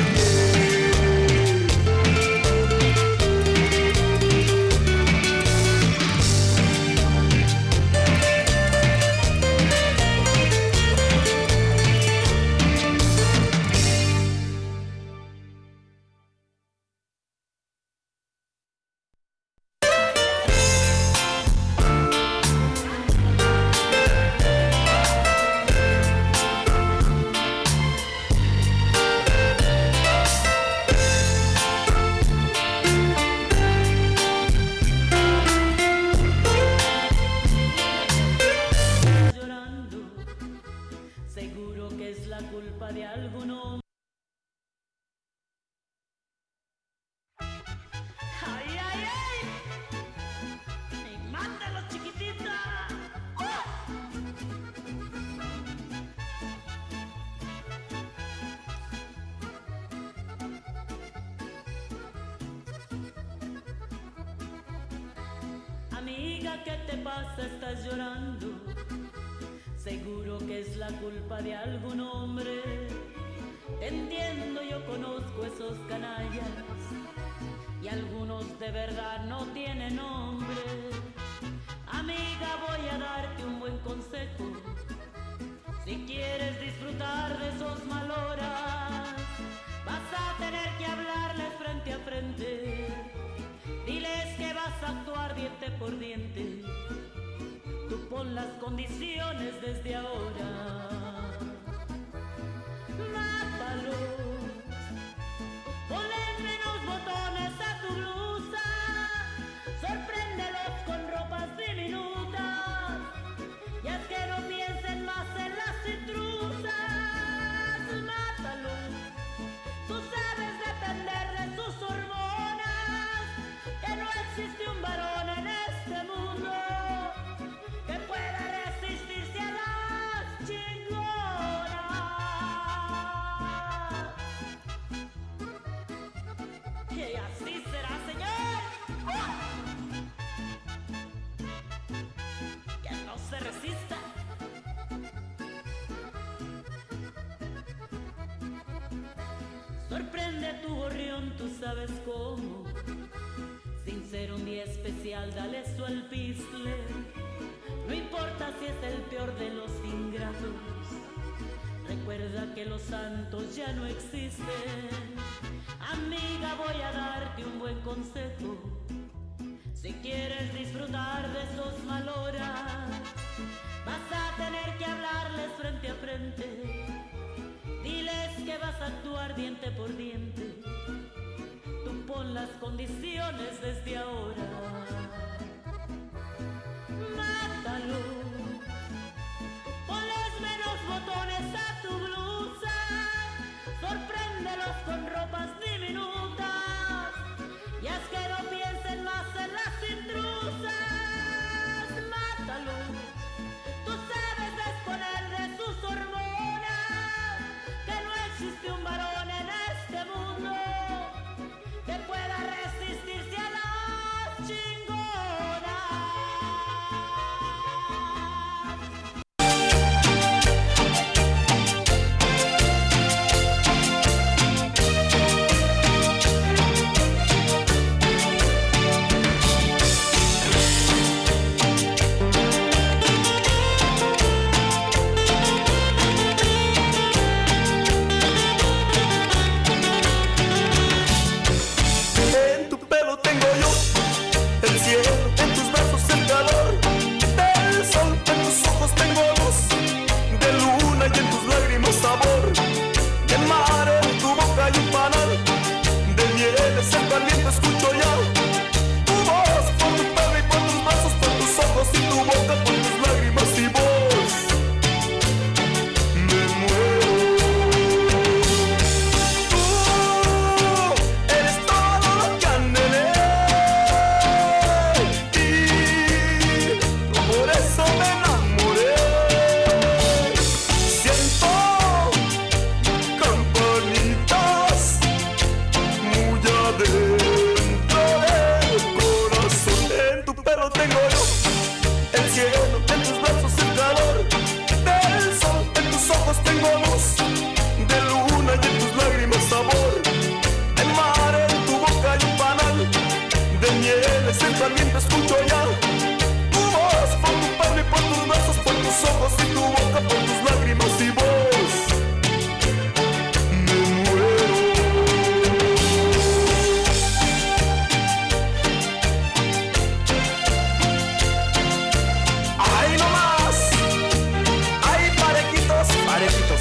Amiga, ¿qué te pasa? Estás llorando. Seguro que es la culpa de algún hombre. Te entiendo, yo conozco esos canallas y algunos de verdad no tienen nombre. Amiga, voy a darte un buen consejo. Si quieres disfrutar de esos maloras, vas a tener que hablarles frente a frente. Diles que vas a actuar diente por diente. Tú pon las condiciones desde ahora. Mátalos. Ponle menos botones a tu blusa. Sorpréndelos con ropas diminutas. Y haz que no piensen más en las intrusas. Mátalos. Tú sabes depender de sus hormonas. Que no existe un varón en este mundo que pueda resistirse a las chingonas. Y así será, señor. ¡Oh! Que no se resista. Sorprende a tu gorrión, tú sabes cómo. Sin ser un día especial, dale su alpiste. No importa si es el peor de los ingratos. Recuerda que los santos ya no existen. Amiga, voy a darte un buen consejo. Si quieres disfrutar de esos maloras, vas a tener que hablarles frente a frente. Diles que vas a actuar diente por diente. Tú pon las condiciones desde ahora. Mátalo. Ponles menos botones a tu blusa. Sorpréndelos con ropas diminutas. Y haz que no piensen más en las intrusas. Mátalo. Tú sabes disponer de sus hormonas. Que no existe un varón en este mundo que pueda resistirse a las chingonas. En tu pelo tengo yo el cielo, en tus brazos el calor del sol, en tus ojos tengo luz de luna y en tus lágrimas sabor de mar, en tu boca hay un panal de miel, es el valiente, escucho ya tu voz, por tu pelo y por tus brazos, por tus ojos y tu boca, por tus lágrimas y voz me muero. Tú eres todo lo que anhelé. alguien te escucho ya. Tu voz por tu pelo y por tus brazos, por tus ojos y tu boca, por tus lágrimas y voz. Me muero. Ahí nomás. Ahí parejitos, parejitos.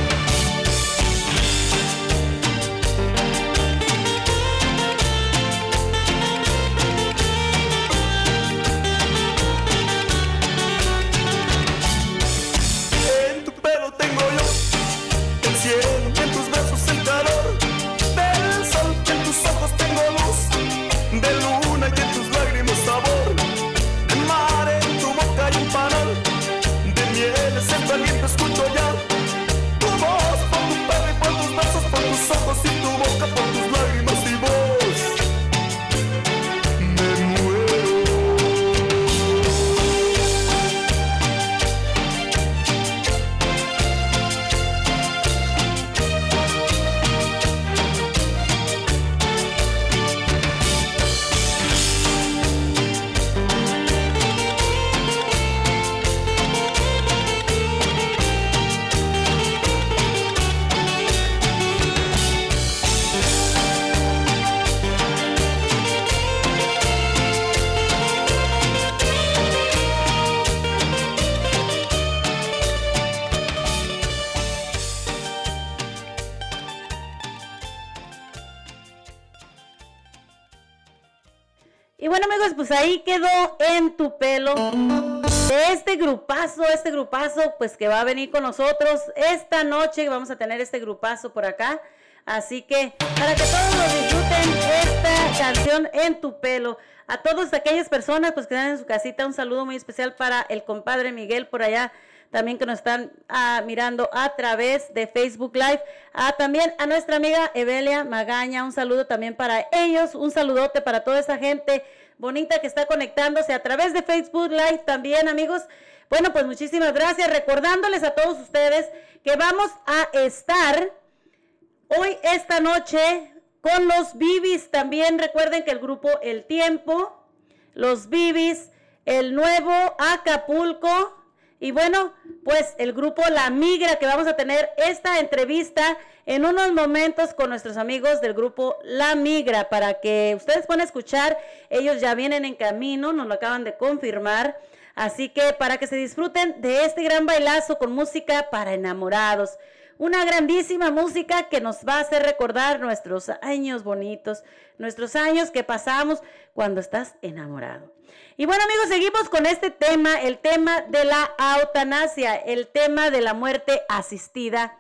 En tus besos el calor del sol, en tus ojos tengo luz de luna y en tus lágrimas sabor de mar, en tu boca hay un panal de miel, es valiente, escucho ya tu voz por tu pelo y por tus besos, por tus ojos y tu boca, por tus lágrimas y voz. Me muero. Y bueno, amigos, pues ahí quedó En tu pelo. De este grupazo, este grupazo, pues que va a venir con nosotros esta noche. Vamos a tener este grupazo por acá. Así que, para que todos lo disfruten, esta canción En tu pelo. A todas aquellas personas, pues que están en su casita, un saludo muy especial para el compadre Miguel por allá, también que nos están ah, mirando a través de Facebook Live. Ah, también a nuestra amiga Evelia Magaña, un saludo también para ellos, un saludote para toda esa gente bonita que está conectándose a través de Facebook Live también, amigos. Bueno, pues muchísimas gracias, recordándoles a todos ustedes que vamos a estar hoy, esta noche, con los Bibis. También recuerden que el grupo El Tiempo, los Bibis, el nuevo Acapulco, y bueno, pues el grupo La Migra, que vamos a tener esta entrevista en unos momentos con nuestros amigos del grupo La Migra, para que ustedes puedan escuchar. Ellos ya vienen en camino, nos lo acaban de confirmar, así que para que se disfruten de este gran bailazo con música para enamorados. Una grandísima música que nos va a hacer recordar nuestros años bonitos, nuestros años que pasamos cuando estás enamorado. Y bueno, amigos, seguimos con este tema, el tema de la eutanasia, el tema de la muerte asistida.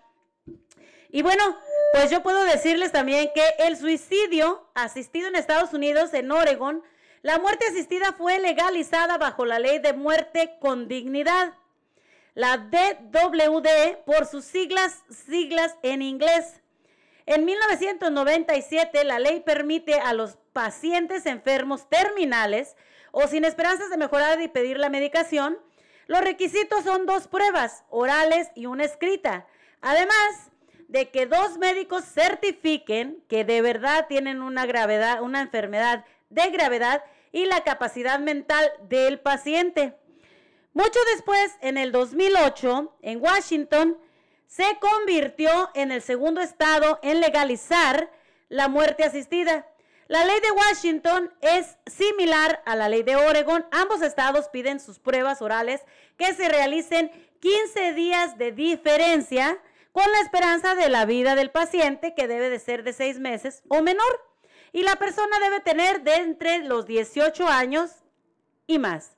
Y bueno, pues yo puedo decirles también que el suicidio asistido en Estados Unidos, en Oregón, la muerte asistida fue legalizada bajo la ley de muerte con dignidad. La D W D por sus siglas, siglas en inglés. En mil novecientos noventa y siete, la ley permite a los pacientes enfermos terminales o sin esperanzas de mejorar y pedir la medicación. Los requisitos son dos pruebas, orales y una escrita. Además de que dos médicos certifiquen que de verdad tienen una gravedad, una enfermedad de gravedad y la capacidad mental del paciente. Mucho después, en el dos mil ocho, en Washington, se convirtió en el segundo estado en legalizar la muerte asistida. La ley de Washington es similar a la ley de Oregón. Ambos estados piden sus pruebas orales que se realicen quince días de diferencia con la esperanza de la vida del paciente, que debe de ser de seis meses o menor. Y la persona debe tener de entre los dieciocho años y más.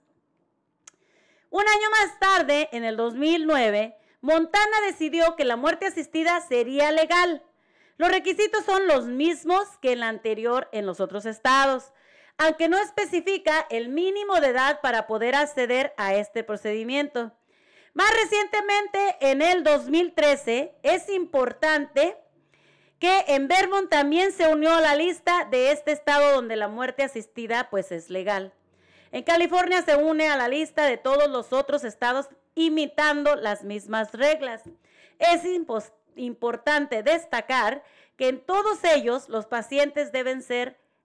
Un año más tarde, en el dos mil nueve, Montana decidió que la muerte asistida sería legal. Los requisitos son los mismos que en la anterior en los otros estados, aunque no especifica el mínimo de edad para poder acceder a este procedimiento. Más recientemente, en el dos mil trece, es importante que en Vermont también se unió a la lista de este estado donde la muerte asistida pues es legal. En California se une a la lista de todos los otros estados imitando las mismas reglas. Es importante destacar que en todos ellos los pacientes deben ser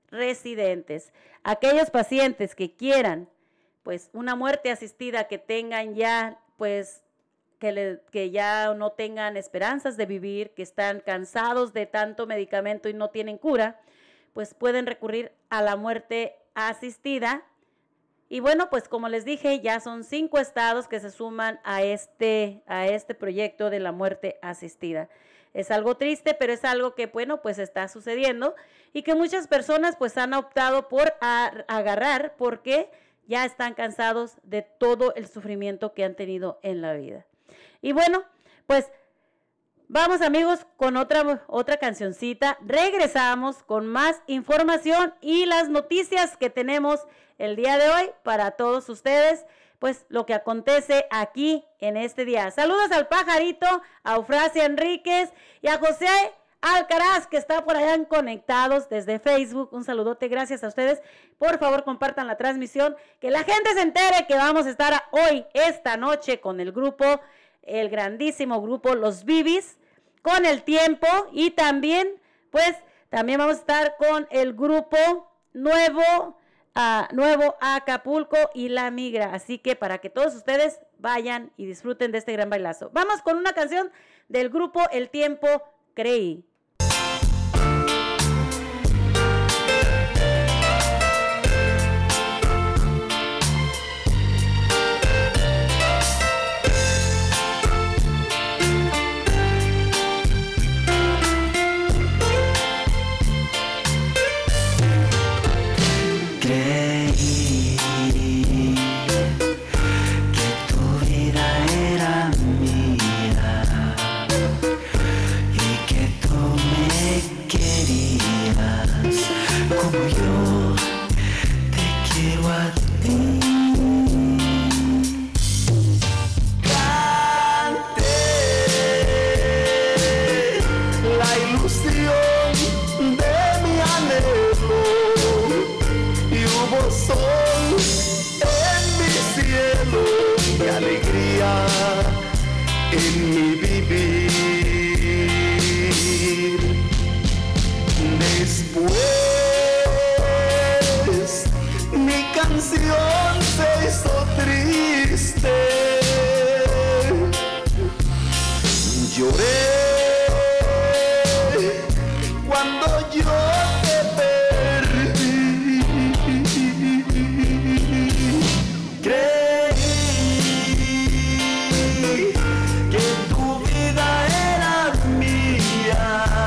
residentes. Aquellos pacientes que quieran, pues, una muerte asistida, que tengan ya, pues, que, le, que ya no tengan esperanzas de vivir, que están cansados de tanto medicamento y no tienen cura, pues pueden recurrir a la muerte asistida. Y bueno, pues como les dije, ya son cinco estados que se suman a este, a este proyecto de la muerte asistida. Es algo triste, pero es algo que, bueno, pues está sucediendo y que muchas personas pues han optado por a, agarrar porque ya están cansados de todo el sufrimiento que han tenido en la vida. Y bueno, pues vamos, amigos, con otra, otra cancioncita. Regresamos con más información y las noticias que tenemos el día de hoy para todos ustedes, pues lo que acontece aquí en este día. Saludos al Pajarito, a Eufrasia Enríquez y a José Alcaraz, que está por allá conectados desde Facebook. Un saludote, gracias a ustedes. Por favor, compartan la transmisión, que la gente se entere que vamos a estar hoy, esta noche, con el grupo, el grandísimo grupo Los Bibis, con El Tiempo, y también, pues, también vamos a estar con el grupo nuevo, uh, nuevo Acapulco y La Migra. Así que para que todos ustedes vayan y disfruten de este gran bailazo. Vamos con una canción del grupo El Tiempo, Creí. En mi vivir, después mi canción se hizo triste, lloré cuando yo te perdí, creí que tu vida era mía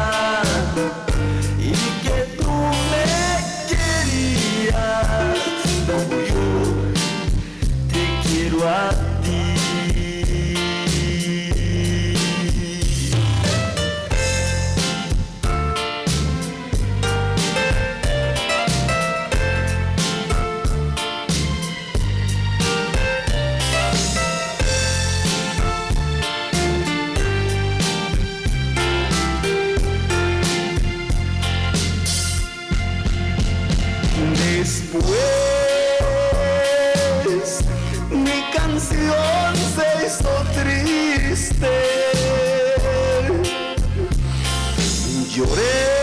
y que tú me querías como yo te quiero a ti. Después mi canción se hizo triste, lloré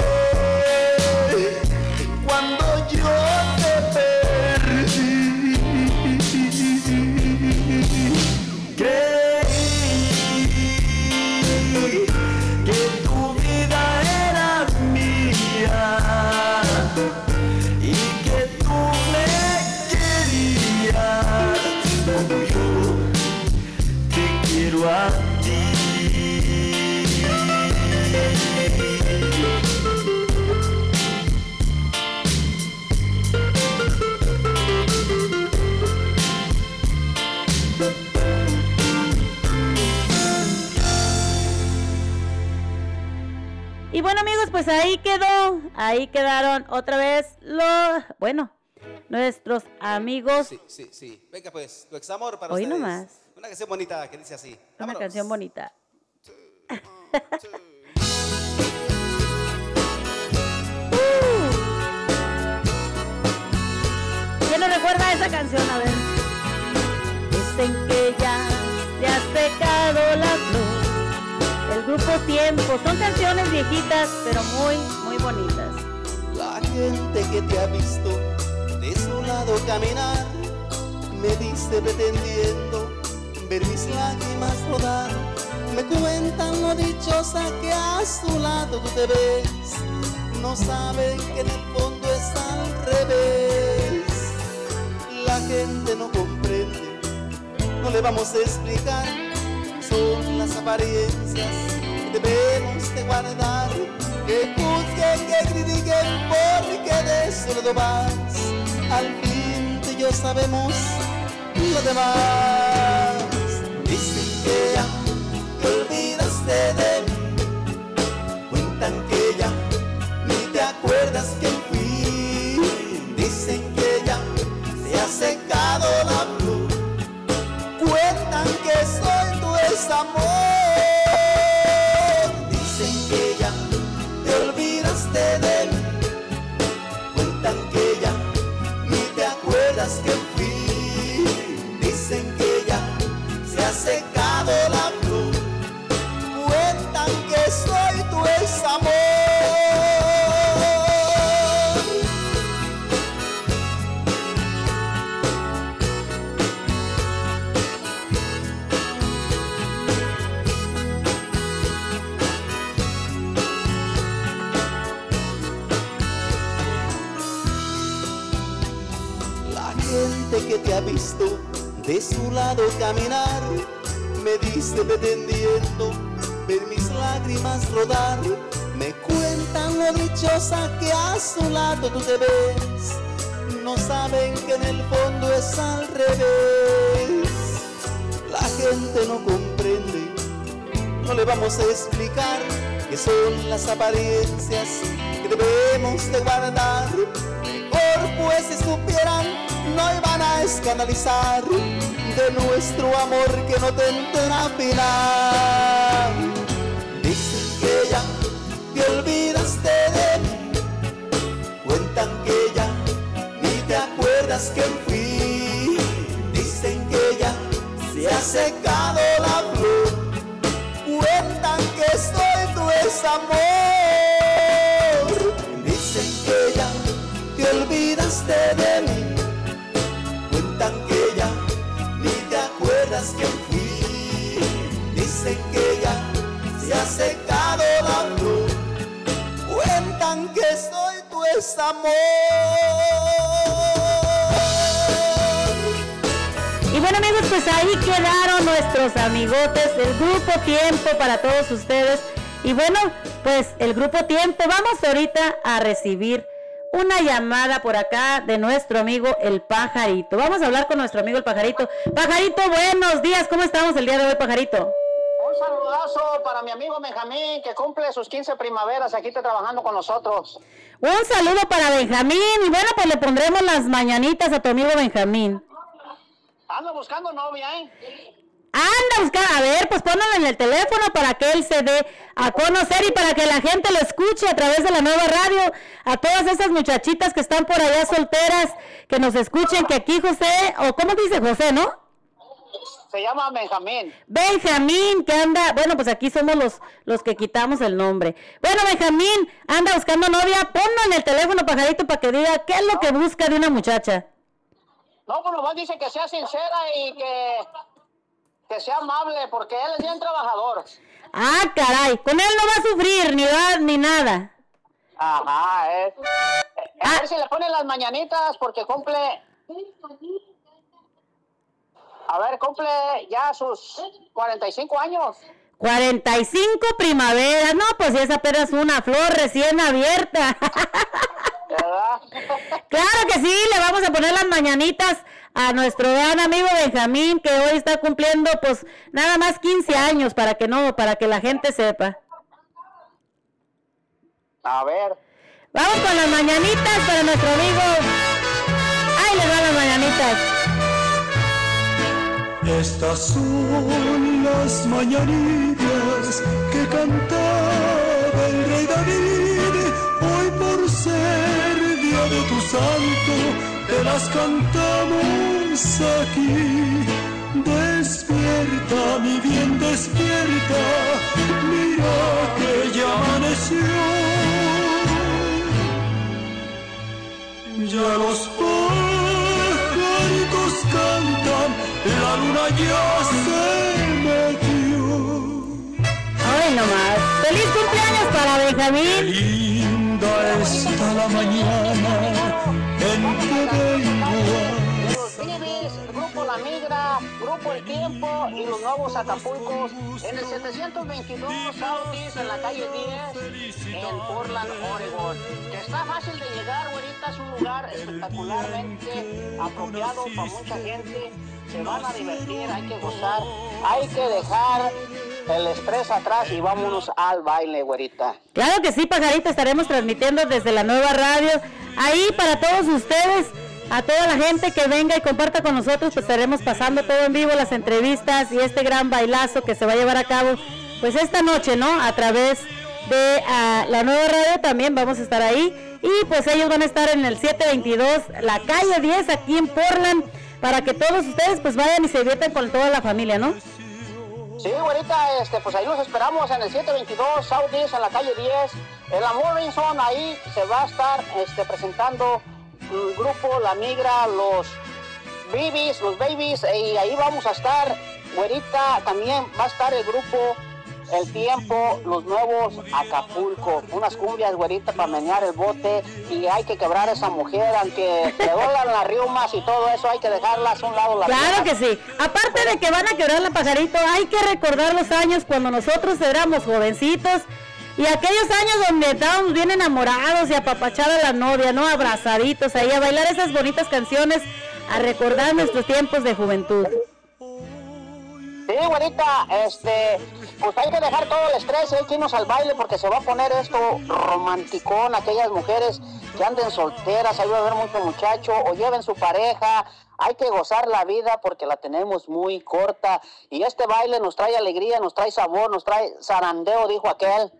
cuando yo te perdí, creí que tu vida era mía y que tú me querías como yo te quiero a ti. Y bueno, amigos, pues ahí quedó, ahí quedaron otra vez los, bueno, nuestros amigos. Sí, sí, sí. Venga pues, tu examor para hoy ustedes. Nomás. Una canción bonita que dice así. Una Vámonos. canción bonita. ¿Quién no recuerda esa canción? A ver. Dicen que ya se ha secado la flor. El grupo Tiempo. Son canciones viejitas, pero muy, muy bonitas. La gente que te ha visto de su lado caminar me dice pretendiendo ver mis lágrimas rodar. Me cuentan lo dichosa que a su lado tú te ves. No saben que en el fondo es al revés. La gente no comprende, no le vamos a explicar. Son las apariencias que debemos de guardar. Que juzguen, que critiquen, porque de eso lo vas. Al fin tú y yo sabemos lo demás. Dicen que ya te olvidaste de mí, cuentan que ya ni te acuerdas que fui. Dicen que ya se ha secado la flor, cuentan que soy tu desamor. Dicen que ya te olvidaste de mí, cuentan que ya ni te acuerdas que fui. Dicen que ya se ha secado la flor, cuentan que soy tu desamor. Que te ha visto de su lado caminar me dice pretendiendo ver mis lágrimas rodar. Me cuentan lo dichosa que a su lado tú te ves. No saben que en el fondo es al revés. La gente no comprende, no le vamos a explicar que son las apariencias que debemos de guardar. Mejor pues si supieran no iban a escandalizar de nuestro amor que no tendrá final. Dicen que ya te olvidaste de mí, cuentan que ya ni te acuerdas que fui. Dicen que ya se ha secado la flor, cuentan que soy tu desamor. Dicen que ya te olvidaste de mí, cuentan que ya ni te acuerdas que fui. Dicen que ya se ha secado la flor, cuentan que soy tu desamor. Y bueno amigos, pues ahí quedaron nuestros amigotes, el Grupo Tiempo para todos ustedes. Y bueno, pues el Grupo Tiempo, vamos ahorita a recibir una llamada por acá de nuestro amigo el Pajarito. Vamos a hablar con nuestro amigo el Pajarito. Pajarito, buenos días, ¿cómo estamos el día de hoy, Pajarito? Un saludazo para mi amigo Benjamín, que cumple sus quince primaveras aquí está trabajando con nosotros. Un saludo para Benjamín, y bueno, pues le pondremos las mañanitas a tu amigo Benjamín. Ando buscando novia, ¿eh? Anda, buscar, a ver, pues ponlo en el teléfono para que él se dé a conocer y para que la gente lo escuche a través de la nueva radio. A todas esas muchachitas que están por allá solteras, que nos escuchen, que aquí José, o ¿cómo dice José, no? Se llama Benjamín. Benjamín, que anda, bueno, pues aquí somos los, los que quitamos el nombre. Bueno, Benjamín, anda buscando novia, ponlo en el teléfono, Pajarito, para que diga qué es lo que busca de una muchacha. No, pues nomás dice que sea sincera y que... que sea amable, porque él es bien trabajador. Ah, caray, con él no va a sufrir, ni va, ni nada. Ajá, es. A ah. ver si le pone las mañanitas, porque cumple... A ver, cumple ya sus cuarenta y cinco años. cuarenta y cinco primaveras, no, pues esa apenas es una flor recién abierta. ¿Verdad? Claro que sí, le vamos a poner las mañanitas a nuestro gran amigo Benjamín, que hoy está cumpliendo pues nada más quince años, para que no, para que la gente sepa. A ver. Vamos con las mañanitas para nuestro amigo. Ahí les van las mañanitas. Estas son las mañanitas que cantaba el rey David. Hoy por ser día de tu santo, te las cantamos aquí. Despierta, mi bien, despierta, mira que ya amaneció. Ya los pajaritos cantan, la luna ya se metió. Ay, no más. ¡Feliz cumpleaños para Benjamín! Qué linda está la mañana en que vengo Los Bibis, Grupo La Migra, Grupo El Tiempo y los nuevos Acapulcos en el setecientos veintidós Southeast en la calle diez en Portland, Oregon. Que está fácil de llegar, güerita, es un lugar espectacularmente apropiado para mucha gente. Se van a divertir, hay que gozar, hay que dejar el estrés atrás y vámonos al baile, güerita. Claro que sí, pajarito, estaremos transmitiendo desde la nueva radio. Ahí para todos ustedes, a toda la gente que venga y comparta con nosotros, pues estaremos pasando todo en vivo, las entrevistas y este gran bailazo que se va a llevar a cabo, pues esta noche, ¿no? A través de uh, la nueva radio también vamos a estar ahí. Y pues ellos van a estar en el siete veintidós, la calle diez, aquí en Portland, para que todos ustedes pues vayan y se diviertan con toda la familia, ¿no? Sí, güerita, este, pues ahí los esperamos en el siete veintidós Southeast, en la calle diez. En la Morrison, ahí se va a estar este, presentando el grupo La Migra, los Bibis, los Babies, y ahí vamos a estar, güerita, también va a estar el grupo El Tiempo, los nuevos Acapulco, unas cumbias, güerita, para menear el bote, y hay que quebrar a esa mujer, aunque le dolan las riumas y todo eso, hay que dejarlas a un lado. Las claro que sí, aparte de que van a quebrar la pajarito, hay que recordar los años cuando nosotros éramos jovencitos, y aquellos años donde estábamos bien enamorados y apapachar a la novia, ¿no? Abrazaditos ahí, a bailar esas bonitas canciones, a recordar nuestros tiempos de juventud. Sí, güerita, este, pues hay que dejar todo el estrés, hay que irnos al baile porque se va a poner esto romanticón, aquellas mujeres que anden solteras, ahí va a haber mucho muchacho, o lleven su pareja, hay que gozar la vida porque la tenemos muy corta, y este baile nos trae alegría, nos trae sabor, nos trae zarandeo, dijo aquel,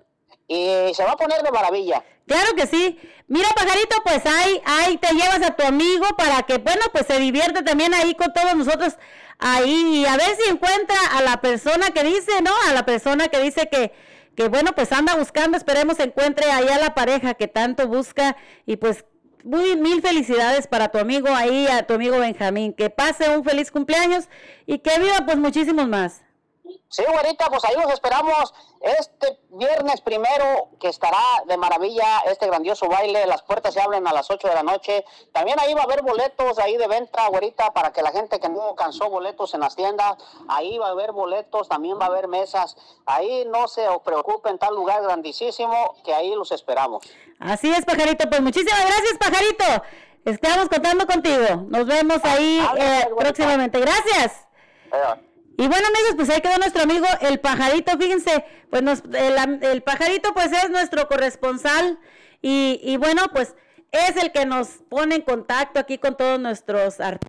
y se va a poner de maravilla. Claro que sí. Mira, pajarito, pues ahí, ahí te llevas a tu amigo para que, bueno, pues se divierte también ahí con todos nosotros ahí, y a ver si encuentra a la persona que dice, ¿no? A la persona que dice que, que bueno, pues anda buscando, esperemos encuentre ahí a la pareja que tanto busca, y pues muy mil felicidades para tu amigo ahí, a tu amigo Benjamín, que pase un feliz cumpleaños y que viva pues muchísimos más. Sí, güerita, pues ahí los esperamos este viernes primero, que estará de maravilla este grandioso baile. Las puertas se abren a las ocho de la noche. También ahí va a haber boletos ahí de venta, güerita, para que la gente que no alcanzó boletos en las tiendas, ahí va a haber boletos, también va a haber mesas. Ahí no se preocupen, tal lugar grandísimo, que ahí los esperamos. Así es, pajarito, pues muchísimas gracias, pajarito. Estamos contando contigo. Nos vemos ahí ah, eh, próximamente. Gracias. Eh. Y bueno, amigos, pues ahí quedó nuestro amigo el pajarito. Fíjense, pues nos, el, el pajarito pues es nuestro corresponsal y, y bueno, pues es el que nos pone en contacto aquí con todos nuestros artistas.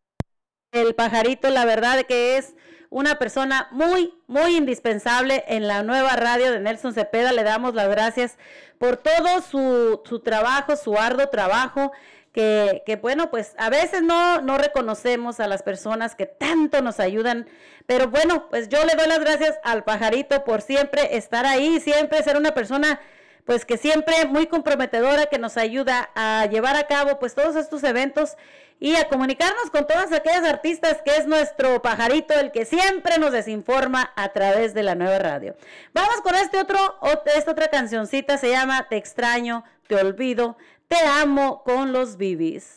El pajarito, la verdad que es una persona muy, muy indispensable en la nueva radio de Nelson Cepeda. Le damos las gracias por todo su, su trabajo, su arduo trabajo. Que, que bueno, pues a veces no, no reconocemos a las personas que tanto nos ayudan, pero bueno, pues yo le doy las gracias al pajarito por siempre estar ahí, siempre ser una persona pues que siempre muy comprometedora, que nos ayuda a llevar a cabo pues todos estos eventos y a comunicarnos con todas aquellas artistas, que es nuestro pajarito el que siempre nos desinforma a través de la nueva radio. Vamos con este otro, esta otra cancioncita, se llama Te extraño, te olvido, te amo, con los Bibis.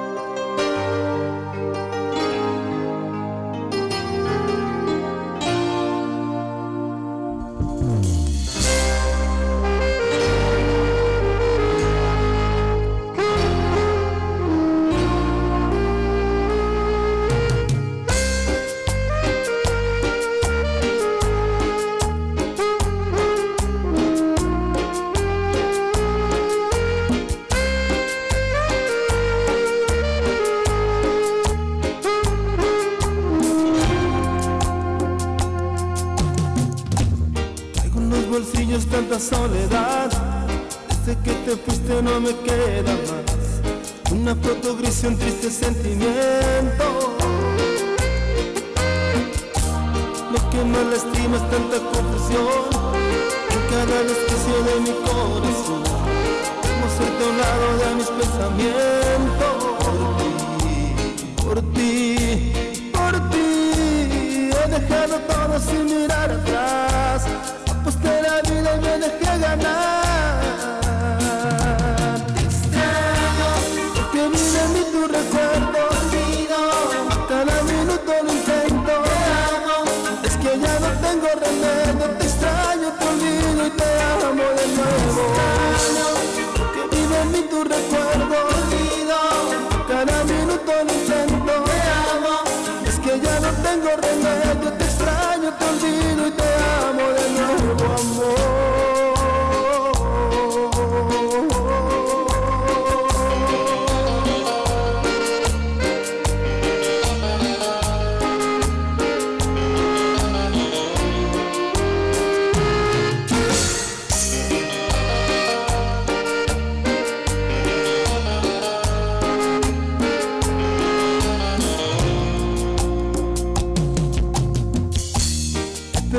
Bolsillos, tanta soledad, desde que te fuiste no me queda más, una foto gris y un triste sentimiento. Lo que más lastima es tanta confusión en cada desquicio de mi corazón, como serte a un lado de mis pensamientos.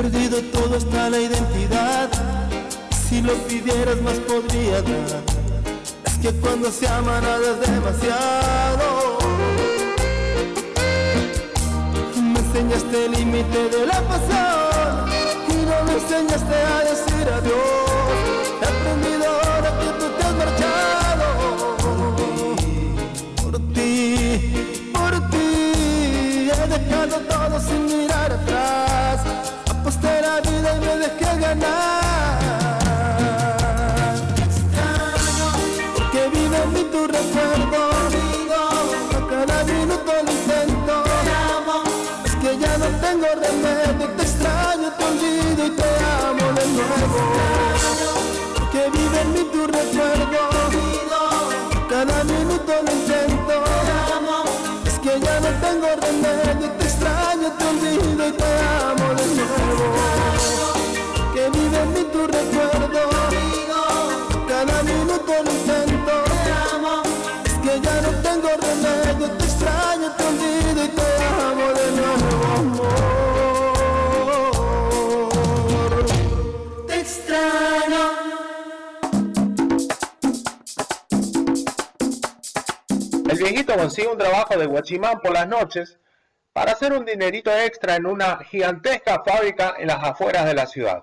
perdido todo hasta la identidad. Si lo pidieras más podría dar. Es que cuando se ama nada es demasiado. Me enseñaste el límite de la pasión y no me enseñaste a decir adiós. He aprendido ahora que tú te has marchado. Por ti, por ti, he dejado todo sin mirar atrás. Aposté la vida y me dejé ganar. Porque vive en mí tu recuerdo. A cada minuto lo intento. Es que ya no tengo remedio. Te extraño, te olvido y te amo de nuevo. Porque vive en mí tu recuerdo. Cada minuto lo intento. Es que ya no tengo remedio. Te extraño, te olvido y te amo de nuevo. Que vive en mí tu recuerdo. Cada minuto lo intento. Es que ya no tengo remedio. Te extraño, te olvido y te amo de nuevo, amor. Te extraño. El viejito consigue un trabajo de guachimán por las noches para hacer un dinerito extra en una gigantesca fábrica en las afueras de la ciudad.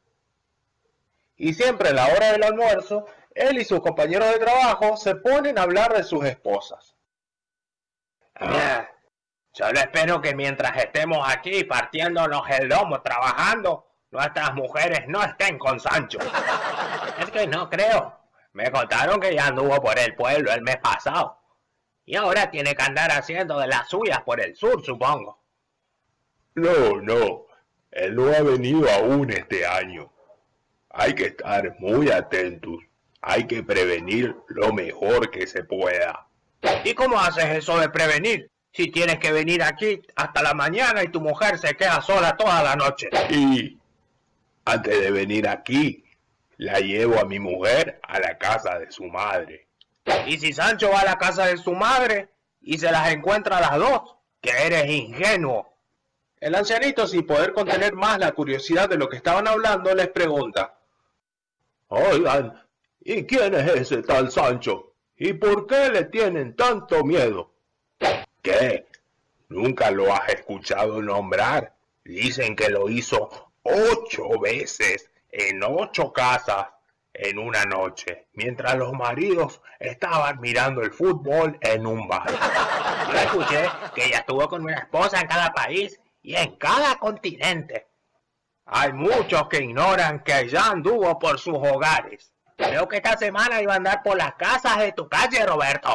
Y siempre a la hora del almuerzo, él y sus compañeros de trabajo se ponen a hablar de sus esposas. Ah, solo espero que mientras estemos aquí partiéndonos el lomo trabajando, nuestras mujeres no estén con Sancho. Es que no creo. Me contaron que ya anduvo por el pueblo el mes pasado. Y ahora tiene que andar haciendo de las suyas por el sur, supongo. No, no. Él no ha venido aún este año. Hay que estar muy atentos. Hay que prevenir lo mejor que se pueda. ¿Y cómo haces eso de prevenir? Si tienes que venir aquí hasta la mañana y tu mujer se queda sola toda la noche. Y antes de venir aquí, la llevo a mi mujer a la casa de su madre. ¿Y si Sancho va a la casa de su madre y se las encuentra a las dos? ¡Que eres ingenuo! El ancianito, sin poder contener más la curiosidad de lo que estaban hablando, les pregunta: Oigan, ¿y quién es ese tal Sancho? ¿Y por qué le tienen tanto miedo? ¿Qué? ¿Nunca lo has escuchado nombrar? Dicen que lo hizo ocho veces en ocho casas en una noche, mientras los maridos estaban mirando el fútbol en un bar. Yo escuché que ella estuvo con una esposa en cada país y en cada continente. Hay muchos que ignoran que ella anduvo por sus hogares. Creo que esta semana iba a andar por las casas de tu calle, Roberto.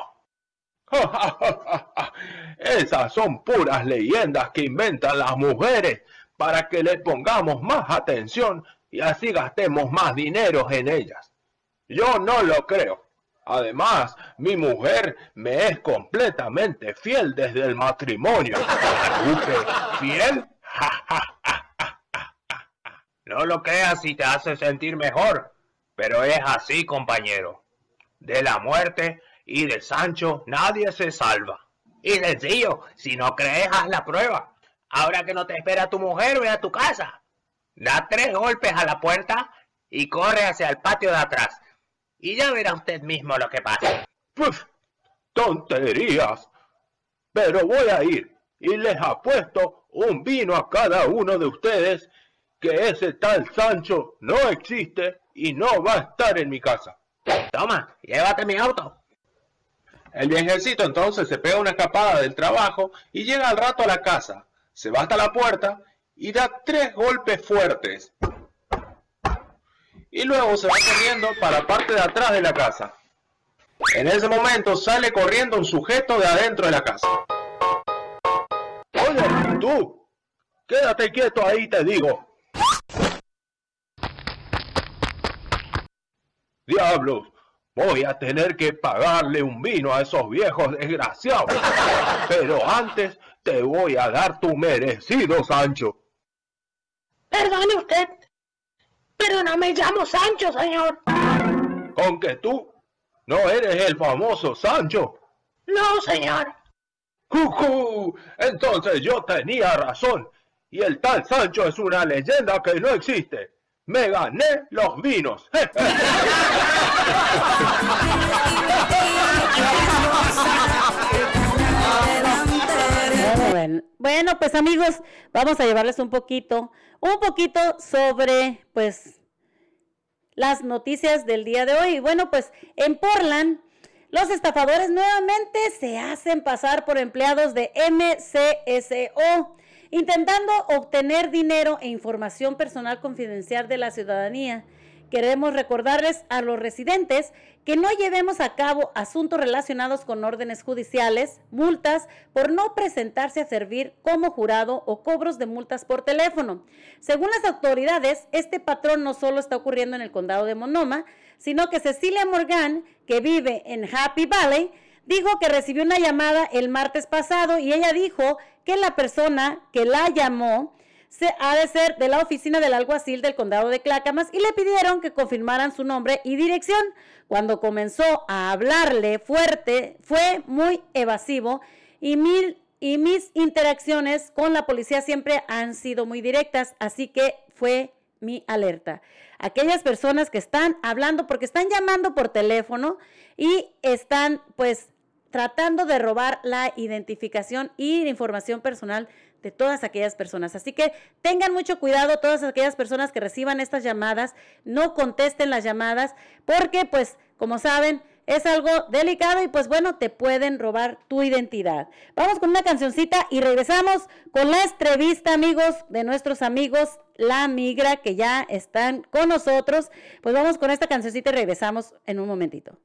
Esas son puras leyendas que inventan las mujeres para que le pongamos más atención y así gastemos más dinero en ellas. Yo no lo creo. Además, mi mujer me es completamente fiel desde el matrimonio. ¿Fiel? No lo creas si te hace sentir mejor, pero es así, compañero. De la muerte y de Sancho nadie se salva. Y sencillo, si no crees, haz la prueba. Ahora que no te espera tu mujer, ve a tu casa. Da tres golpes a la puerta y corre hacia el patio de atrás. Y ya verá usted mismo lo que pasa. ¡Puf! ¡Tonterías! Pero voy a ir y les apuesto un vino a cada uno de ustedes que ese tal Sancho no existe y no va a estar en mi casa. Toma, llévate mi auto. El viejecito entonces se pega una escapada del trabajo y llega al rato a la casa. Se va hasta la puerta y da tres golpes fuertes. Y luego se va corriendo para la parte de atrás de la casa. En ese momento sale corriendo un sujeto de adentro de la casa. Oye, tú, quédate quieto ahí, te digo. Diablos, voy a tener que pagarle un vino a esos viejos desgraciados. Pero antes te voy a dar tu merecido, Sancho. Perdone usted, pero no me llamo Sancho, señor. ¿Con que tú no eres el famoso Sancho? No, señor. ¡Jujú! Entonces yo tenía razón. y el tal Sancho es una leyenda que no existe. Me gané los vinos. Bueno, bueno, pues amigos, vamos a llevarles un poquito, un poquito sobre, pues, las noticias del día de hoy. Bueno, pues, en Portland, los estafadores nuevamente se hacen pasar por empleados de M C S O, intentando obtener dinero e información personal confidencial de la ciudadanía. Queremos recordarles a los residentes que no llevemos a cabo asuntos relacionados con órdenes judiciales, multas por no presentarse a servir como jurado o cobros de multas por teléfono. Según las autoridades, este patrón no solo está ocurriendo en el condado de Monoma, sino que Cecilia Morgan, que vive en Happy Valley, dijo que recibió una llamada el martes pasado y ella dijo que la persona que la llamó se ha de ser de la oficina del alguacil del condado de Clackamas y le pidieron que confirmaran su nombre y dirección. Cuando comenzó a hablarle fuerte, fue muy evasivo y, mil, y mis interacciones con la policía siempre han sido muy directas, así que fue mi alerta. Aquellas personas que están hablando, porque están llamando por teléfono y están pues tratando de robar la identificación y la información personal de todas aquellas personas. Así que tengan mucho cuidado todas aquellas personas que reciban estas llamadas, no contesten las llamadas, porque pues como saben es algo delicado y pues bueno, te pueden robar tu identidad. Vamos con una cancioncita y regresamos con la entrevista, amigos, de nuestros amigos La Migra, que ya están con nosotros. Pues vamos con esta cancioncita y regresamos en un momentito.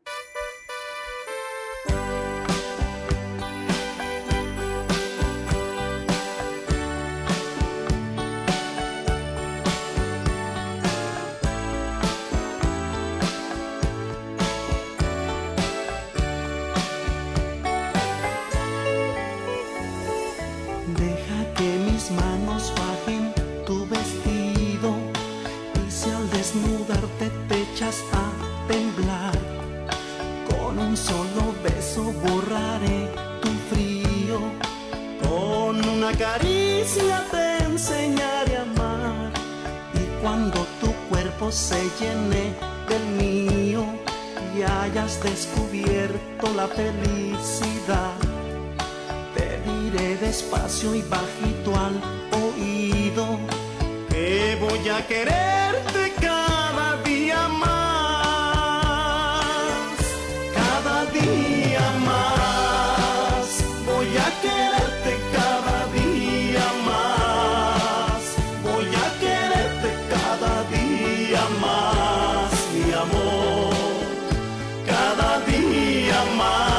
Manos bajen tu vestido y si al desnudarte te echas a temblar, con un solo beso borraré tu frío, con una caricia te enseñaré a amar, y cuando tu cuerpo se llene del mío y hayas descubierto la felicidad, te diré despacio y bajito al oído que voy a quererte cada día más, cada día más, voy a quererte cada día más, voy a quererte cada día más, mi amor, cada día más.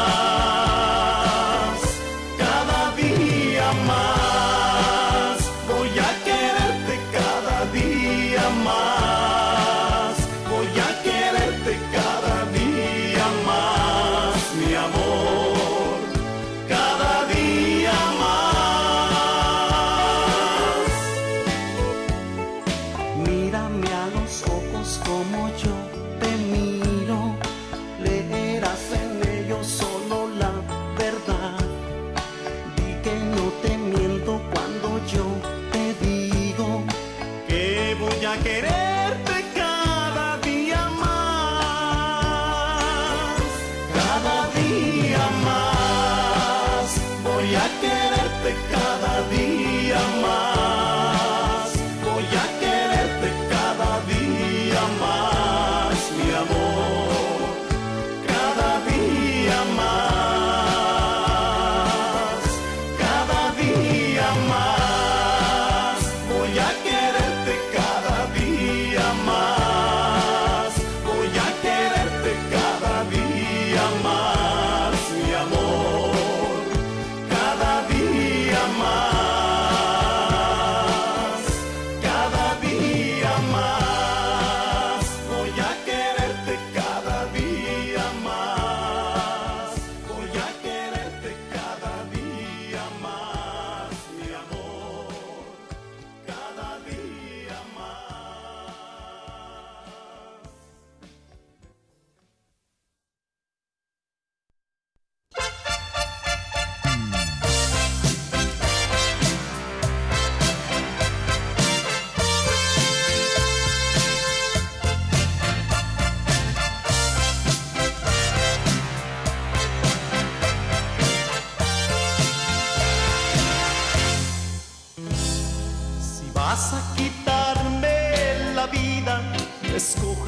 Quererte cada día más, cada día más, voy a quererte cada día más, voy a quererte cada día más, mi amor, cada día más, cada día más, voy a quererte cada día más, voy a quererte cada día más, mi amor, cada día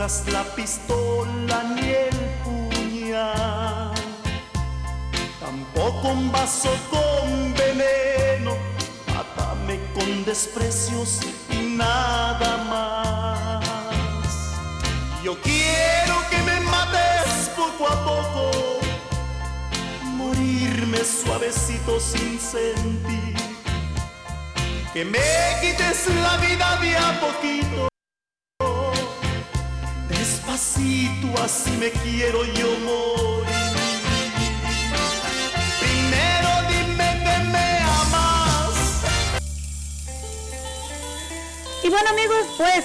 pongas la pistola ni el puñal, tampoco un vaso con veneno, mátame con desprecios y nada más. Yo quiero que me mates poco a poco, morirme suavecito sin sentir, que me quites la vida de a poquito, despacito, así me quiero yo morir. Primero dime que me amas. Y bueno, amigos, pues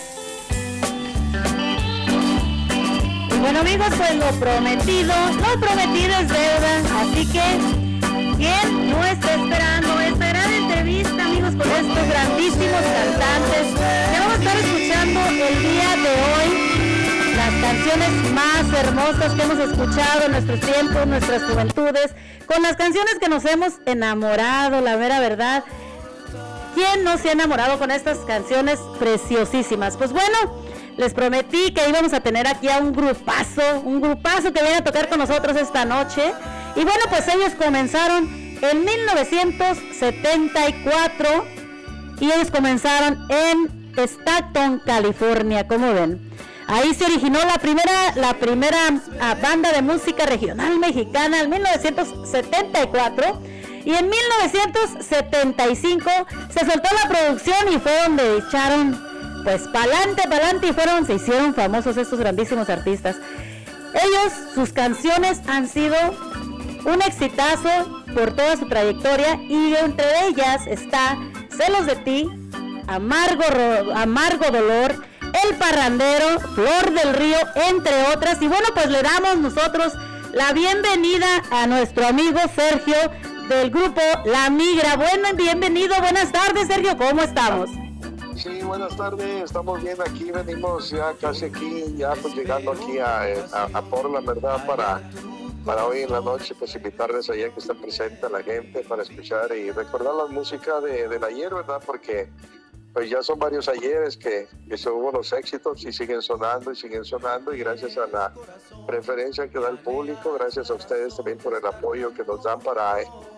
y bueno, amigos, pues lo prometido, lo prometido es deuda, así que ¿quién no está esperando esta gran entrevista, amigos, con estos grandísimos cantantes que vamos a estar escuchando el día de hoy? Las canciones más hermosas que hemos escuchado en nuestros tiempos, nuestras juventudes, con las canciones que nos hemos enamorado, la mera verdad. ¿Quién no se ha enamorado con estas canciones preciosísimas? Pues bueno, les prometí que íbamos a tener aquí a un grupazo, un grupazo que viene a tocar con nosotros esta noche. Y bueno, pues ellos comenzaron en mil novecientos setenta y cuatro y ellos comenzaron en Stockton, California, como ven. Ahí se originó la primera, la primera uh, banda de música regional mexicana en mil novecientos setenta y cuatro. Y en mil novecientos setenta y cinco se soltó la producción y fue donde echaron pues pa'lante, pa'lante y fueron, se hicieron famosos estos grandísimos artistas. Ellos, sus canciones han sido un exitazo por toda su trayectoria y entre ellas está Celos de ti, Amargo, Amargo Dolor, El Parrandero, Flor del Río, entre otras. Y bueno, pues le damos nosotros la bienvenida a nuestro amigo Sergio del grupo La Migra. Bueno, bienvenido, buenas tardes, Sergio, ¿cómo estamos? Sí, buenas tardes, estamos bien aquí, venimos ya casi aquí, ya pues llegando aquí a, a, a por la verdad para, para hoy en la noche, pues invitarles allá que estén presentes a la gente para escuchar y recordar la música de, del ayer, ¿verdad? Porque pues ya son varios ayeres que, que se hubo los éxitos y siguen sonando y siguen sonando y gracias a la preferencia que da el público, gracias a ustedes también por el apoyo que nos dan para,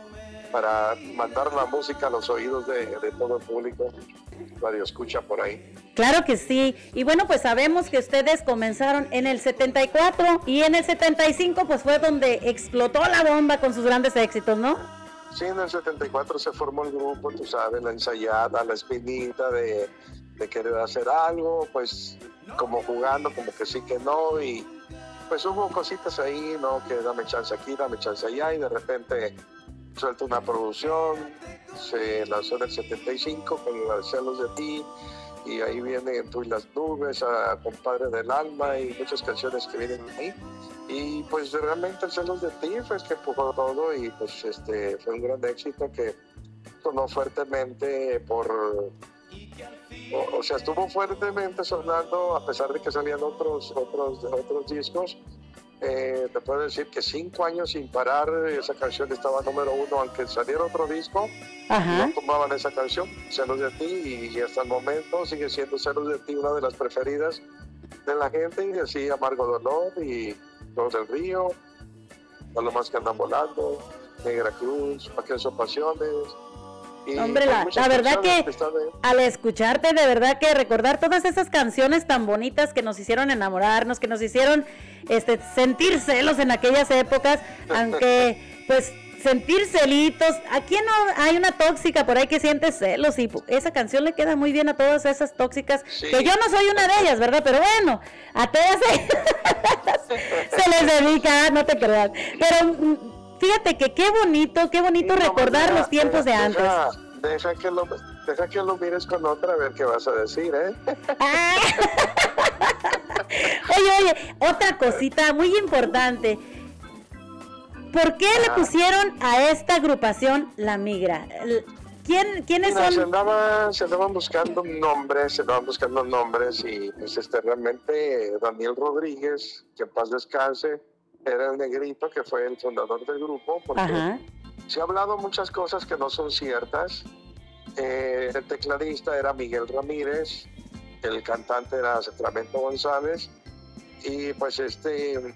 para mandar la música a los oídos de, de todo el público. Radio escucha por ahí. Claro que sí, y bueno, pues sabemos que ustedes comenzaron en el setenta y cuatro y en el setenta y cinco pues fue donde explotó la bomba con sus grandes éxitos, ¿no? Sí, en el setenta y cuatro se formó el grupo, tú sabes, la ensayada, la espinita de, de querer hacer algo, pues como jugando, como que sí que no, y pues hubo cositas ahí, ¿no? Que dame chance aquí, dame chance allá, y de repente suelta una producción, se lanzó en el setenta y cinco con los Celos de ti, y ahí viene Tú y las nubes, a Compadre del Alma y muchas canciones que vienen ahí. Y pues realmente el Celos de ti fue el que empujó todo y pues este fue un gran éxito que sonó fuertemente por... O, o sea, estuvo fuertemente sonando a pesar de que salían otros, otros, otros discos. Eh, te puedo decir que cinco años sin parar esa canción estaba número uno, aunque saliera otro disco. Ajá. No tomaban esa canción, Celos de ti, y, y hasta el momento sigue siendo Celos de ti una de las preferidas de la gente, y así Amargo Dolor y Flor del Río, Palomas que andan volando, Negra Cruz, ¿Pa' qué son pasiones? Y hombre, la, la verdad que, que al escucharte, de verdad que recordar todas esas canciones tan bonitas que nos hicieron enamorarnos, que nos hicieron este, sentir celos en aquellas épocas, aunque pues sentir celitos, ¿a quién no hay una tóxica por ahí que siente celos? Y esa canción le queda muy bien a todas esas tóxicas, sí. Que yo no soy una de ellas, ¿verdad? Pero bueno, a todas se, se les dedica, no te creas, pero... Fíjate que qué bonito, qué bonito no, recordar mira, los tiempos deja, de antes. Deja que, lo, deja que lo mires con otra, a ver qué vas a decir, ¿eh? Ah. Oye, oye, otra cosita muy importante. ¿Por qué ah. le pusieron a esta agrupación La Migra? ¿Quién, ¿Quiénes mira, son? Se andaban, se andaban buscando nombres, se andaban buscando nombres y pues este, realmente Daniel Rodríguez, que en paz descanse, era el negrito que fue el fundador del grupo, porque Ajá. se ha hablado muchas cosas que no son ciertas. Eh, el tecladista era Miguel Ramírez, el cantante era Sacramento González, y pues este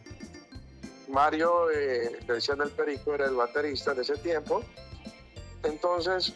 Mario, eh, le decían el Perico, era el baterista de ese tiempo. Entonces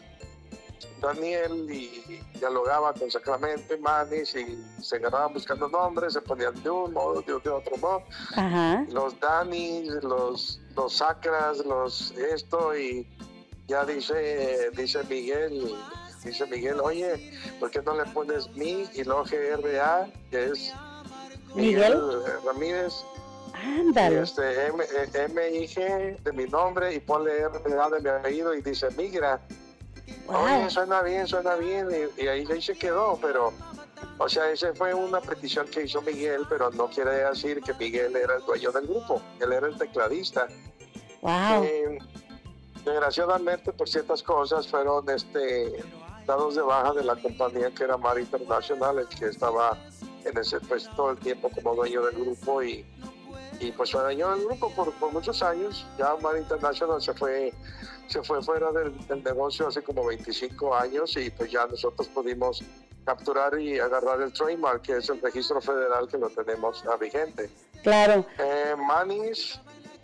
Daniel y dialogaba con Sacramento y Manis y se agarraban buscando nombres, se ponían de un modo, de, de otro modo. Ajá. Los Danis, los, los Sacras, los esto, y ya dice, dice Miguel, dice Miguel, oye, ¿por qué no le pones mi y luego G R A, que es Miguel, Miguel Ramírez? Ándale. Este, M, M I G de mi nombre y ponle R A de mi apellido y dice Migra. Wow. Oye, suena bien, suena bien, y, y ahí, ahí se quedó, pero, o sea, esa fue una petición que hizo Miguel, pero no quiere decir que Miguel era el dueño del grupo, él era el tecladista. Wow. Eh, desgraciadamente, por ciertas cosas, fueron este, dados de baja de la compañía que era Mar International, el que estaba en ese, pues, todo el tiempo como dueño del grupo, y, y pues fue dueño del grupo por, por muchos años. Ya Mar International se fue se fue fuera del, del negocio hace como veinticinco años, y pues ya nosotros pudimos capturar y agarrar el trademark, que es el registro federal que lo tenemos a vigente. Claro. Eh, Manis,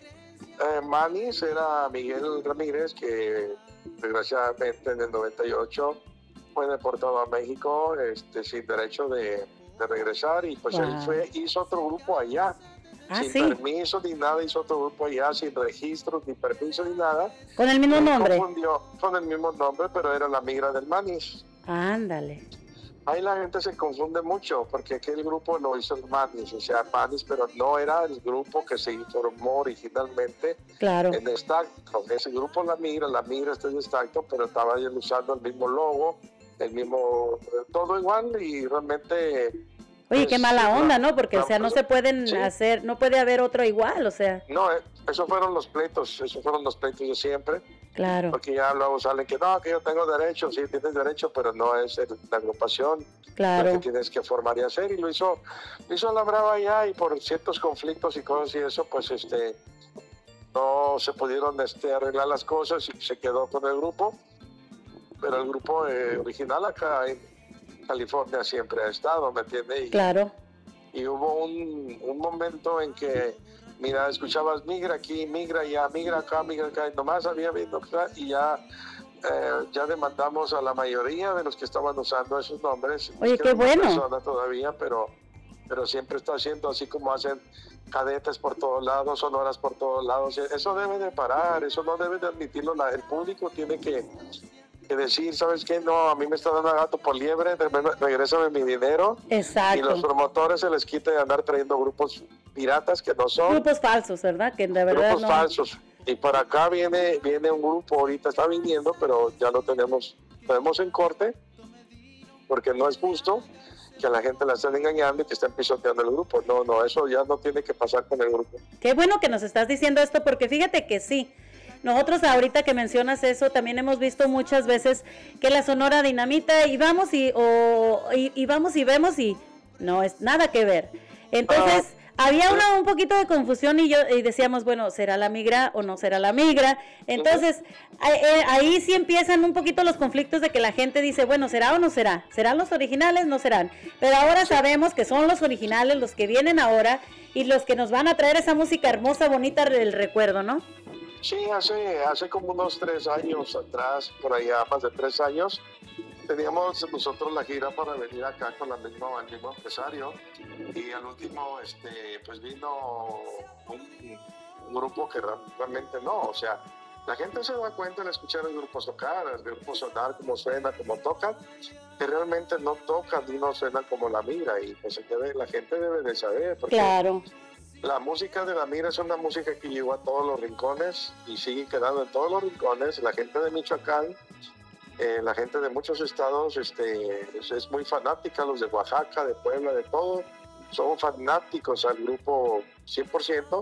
eh, Manis era Miguel Ramírez, que desgraciadamente en el noventa y ocho fue deportado a México este, sin derecho de, de regresar, y pues wow. él fue, hizo otro grupo allá. Ah, sin ¿sí? permiso ni nada, hizo otro grupo allá sin registro, ni permiso ni nada. ¿Con el mismo nombre? Confundió con el mismo nombre, pero era la migra del Manis. Ándale. Ahí la gente se confunde mucho, porque aquel grupo lo hizo el Manis, o sea, Manis, pero no era el grupo que se formó originalmente claro. en Stacto. Ese grupo La Migra, La Migra está en Stacto, pero estaba usando el mismo logo, el mismo, todo igual, y realmente... Oye, pues, qué mala onda, la, ¿no? Porque, la, o sea, no se pueden sí. hacer, no puede haber otro igual, o sea. No, eh, esos fueron los pleitos, esos fueron los pleitos de siempre. Claro. Porque ya luego salen que no, que yo tengo derecho, sí, tienes derecho, pero no es el, la agrupación claro. la que tienes que formar y hacer. Y lo hizo, lo hizo la brava ya, y por ciertos conflictos y cosas y eso, pues este, no se pudieron este, arreglar las cosas y se quedó con el grupo. Pero el grupo eh, original acá en California siempre ha estado, ¿me entiendes? Y, claro. Y hubo un, un momento en que, mira, escuchabas migra aquí, migra allá, migra acá, migra acá, y nomás había viendo acá, y ya, eh, ya demandamos a la mayoría de los que estaban usando esos nombres. Oye, es que qué bueno. Persona todavía, pero, pero siempre está haciendo así como hacen cadetes por todos lados, sonoras por todos lados. Eso debe de parar, eso no debe de admitirlo. La, el público tiene que... que decir, ¿sabes qué? No, a mí me está dando gato por liebre, regrésame mi dinero. Exacto. Y los promotores se les quita de andar trayendo grupos piratas que no son. Grupos falsos, ¿verdad? Que de verdad Grupos no... falsos. Y por acá viene viene un grupo, ahorita está viniendo, pero ya lo tenemos, tenemos en corte, porque no es justo que a la gente la estén engañando y que estén pisoteando el grupo. No, no, eso ya no tiene que pasar con el grupo. Qué bueno que nos estás diciendo esto, porque fíjate que sí. Nosotros ahorita que mencionas eso, también hemos visto muchas veces que la Sonora Dinamita y vamos y, o, y, y vamos y vemos y no es nada que ver. Entonces, ah, había una, un poquito de confusión y yo y decíamos, bueno, ¿será la migra o no será la migra? Entonces, ahí, ahí sí empiezan un poquito los conflictos de que la gente dice, bueno, ¿será o no será? ¿Serán los originales? No serán. Pero ahora sabemos que son los originales los que vienen ahora y los que nos van a traer esa música hermosa, bonita del recuerdo, ¿no? Sí, hace, hace como unos tres años atrás, por allá más de tres años, teníamos nosotros la gira para venir acá con la misma, el mismo empresario, y al último este, pues vino un, un grupo que realmente no, o sea, la gente se da cuenta al escuchar el grupo tocar, el grupo sonar, cómo suena, cómo tocan, que realmente no tocan y no suenan como la migra, y pues debe, la gente debe de saber, porque claro. La música de la migra es una música que llegó a todos los rincones y sigue quedando en todos los rincones. La gente de Michoacán, eh, la gente de muchos estados este, es, es muy fanática, los de Oaxaca, de Puebla, de todo. Son fanáticos al grupo cien por ciento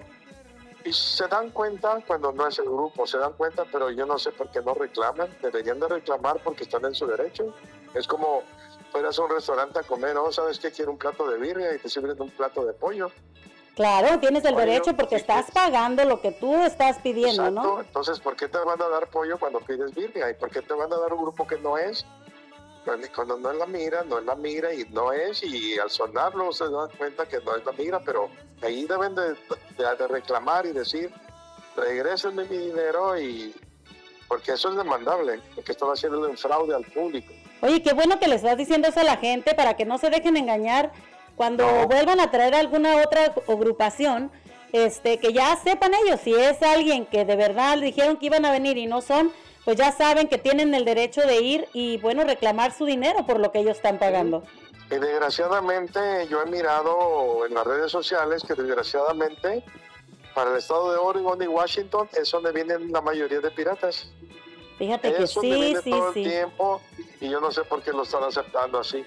y se dan cuenta cuando no es el grupo, se dan cuenta, pero yo no sé por qué no reclaman. Deberían de reclamar porque están en su derecho. Es como fueras a un restaurante a comer, oh, ¿sabes qué? Quiero un plato de birria y te sirven un plato de pollo. Claro, tienes el Oye, derecho porque estás pagando lo que tú estás pidiendo, exacto, ¿no? Entonces, ¿por qué te van a dar pollo cuando pides birria? ¿Y por qué te van a dar un grupo que no es? Cuando, cuando no es la mira, no es la mira y no es, y al sonarlo se dan cuenta que no es la mira, pero ahí deben de, de, de reclamar y decir, regrésenme mi dinero, y porque eso es demandable, porque están haciendo un fraude al público. Oye, qué bueno que les estás diciendo eso a la gente para que no se dejen engañar cuando No. vuelvan a traer alguna otra agrupación, este, que ya sepan ellos, si es alguien que de verdad dijeron que iban a venir y no son, pues ya saben que tienen el derecho de ir y, bueno, reclamar su dinero por lo que ellos están pagando. Y desgraciadamente yo he mirado en las redes sociales que desgraciadamente para el estado de Oregon y Washington es donde vienen la mayoría de piratas. Fíjate que Es donde sí, viene sí, todo sí. el tiempo, y yo no sé por qué lo están aceptando así.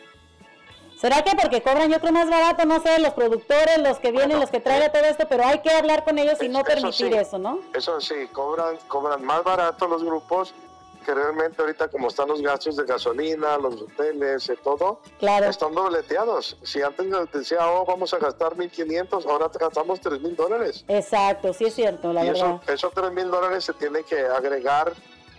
¿Será que porque cobran yo creo más barato? No sé, los productores, los que vienen, Bueno, los que traen todo esto, pero hay que hablar con ellos y no Eso permitir sí, eso, ¿no? Eso sí, cobran, cobran más barato los grupos, que realmente ahorita como están los gastos de gasolina, los hoteles y todo, Claro. están dobleteados. Si antes nos decía, oh, vamos a gastar mil quinientos, ahora gastamos tres mil dólares. Exacto, sí es cierto, la y verdad. eso, esos tres mil dólares se tiene que agregar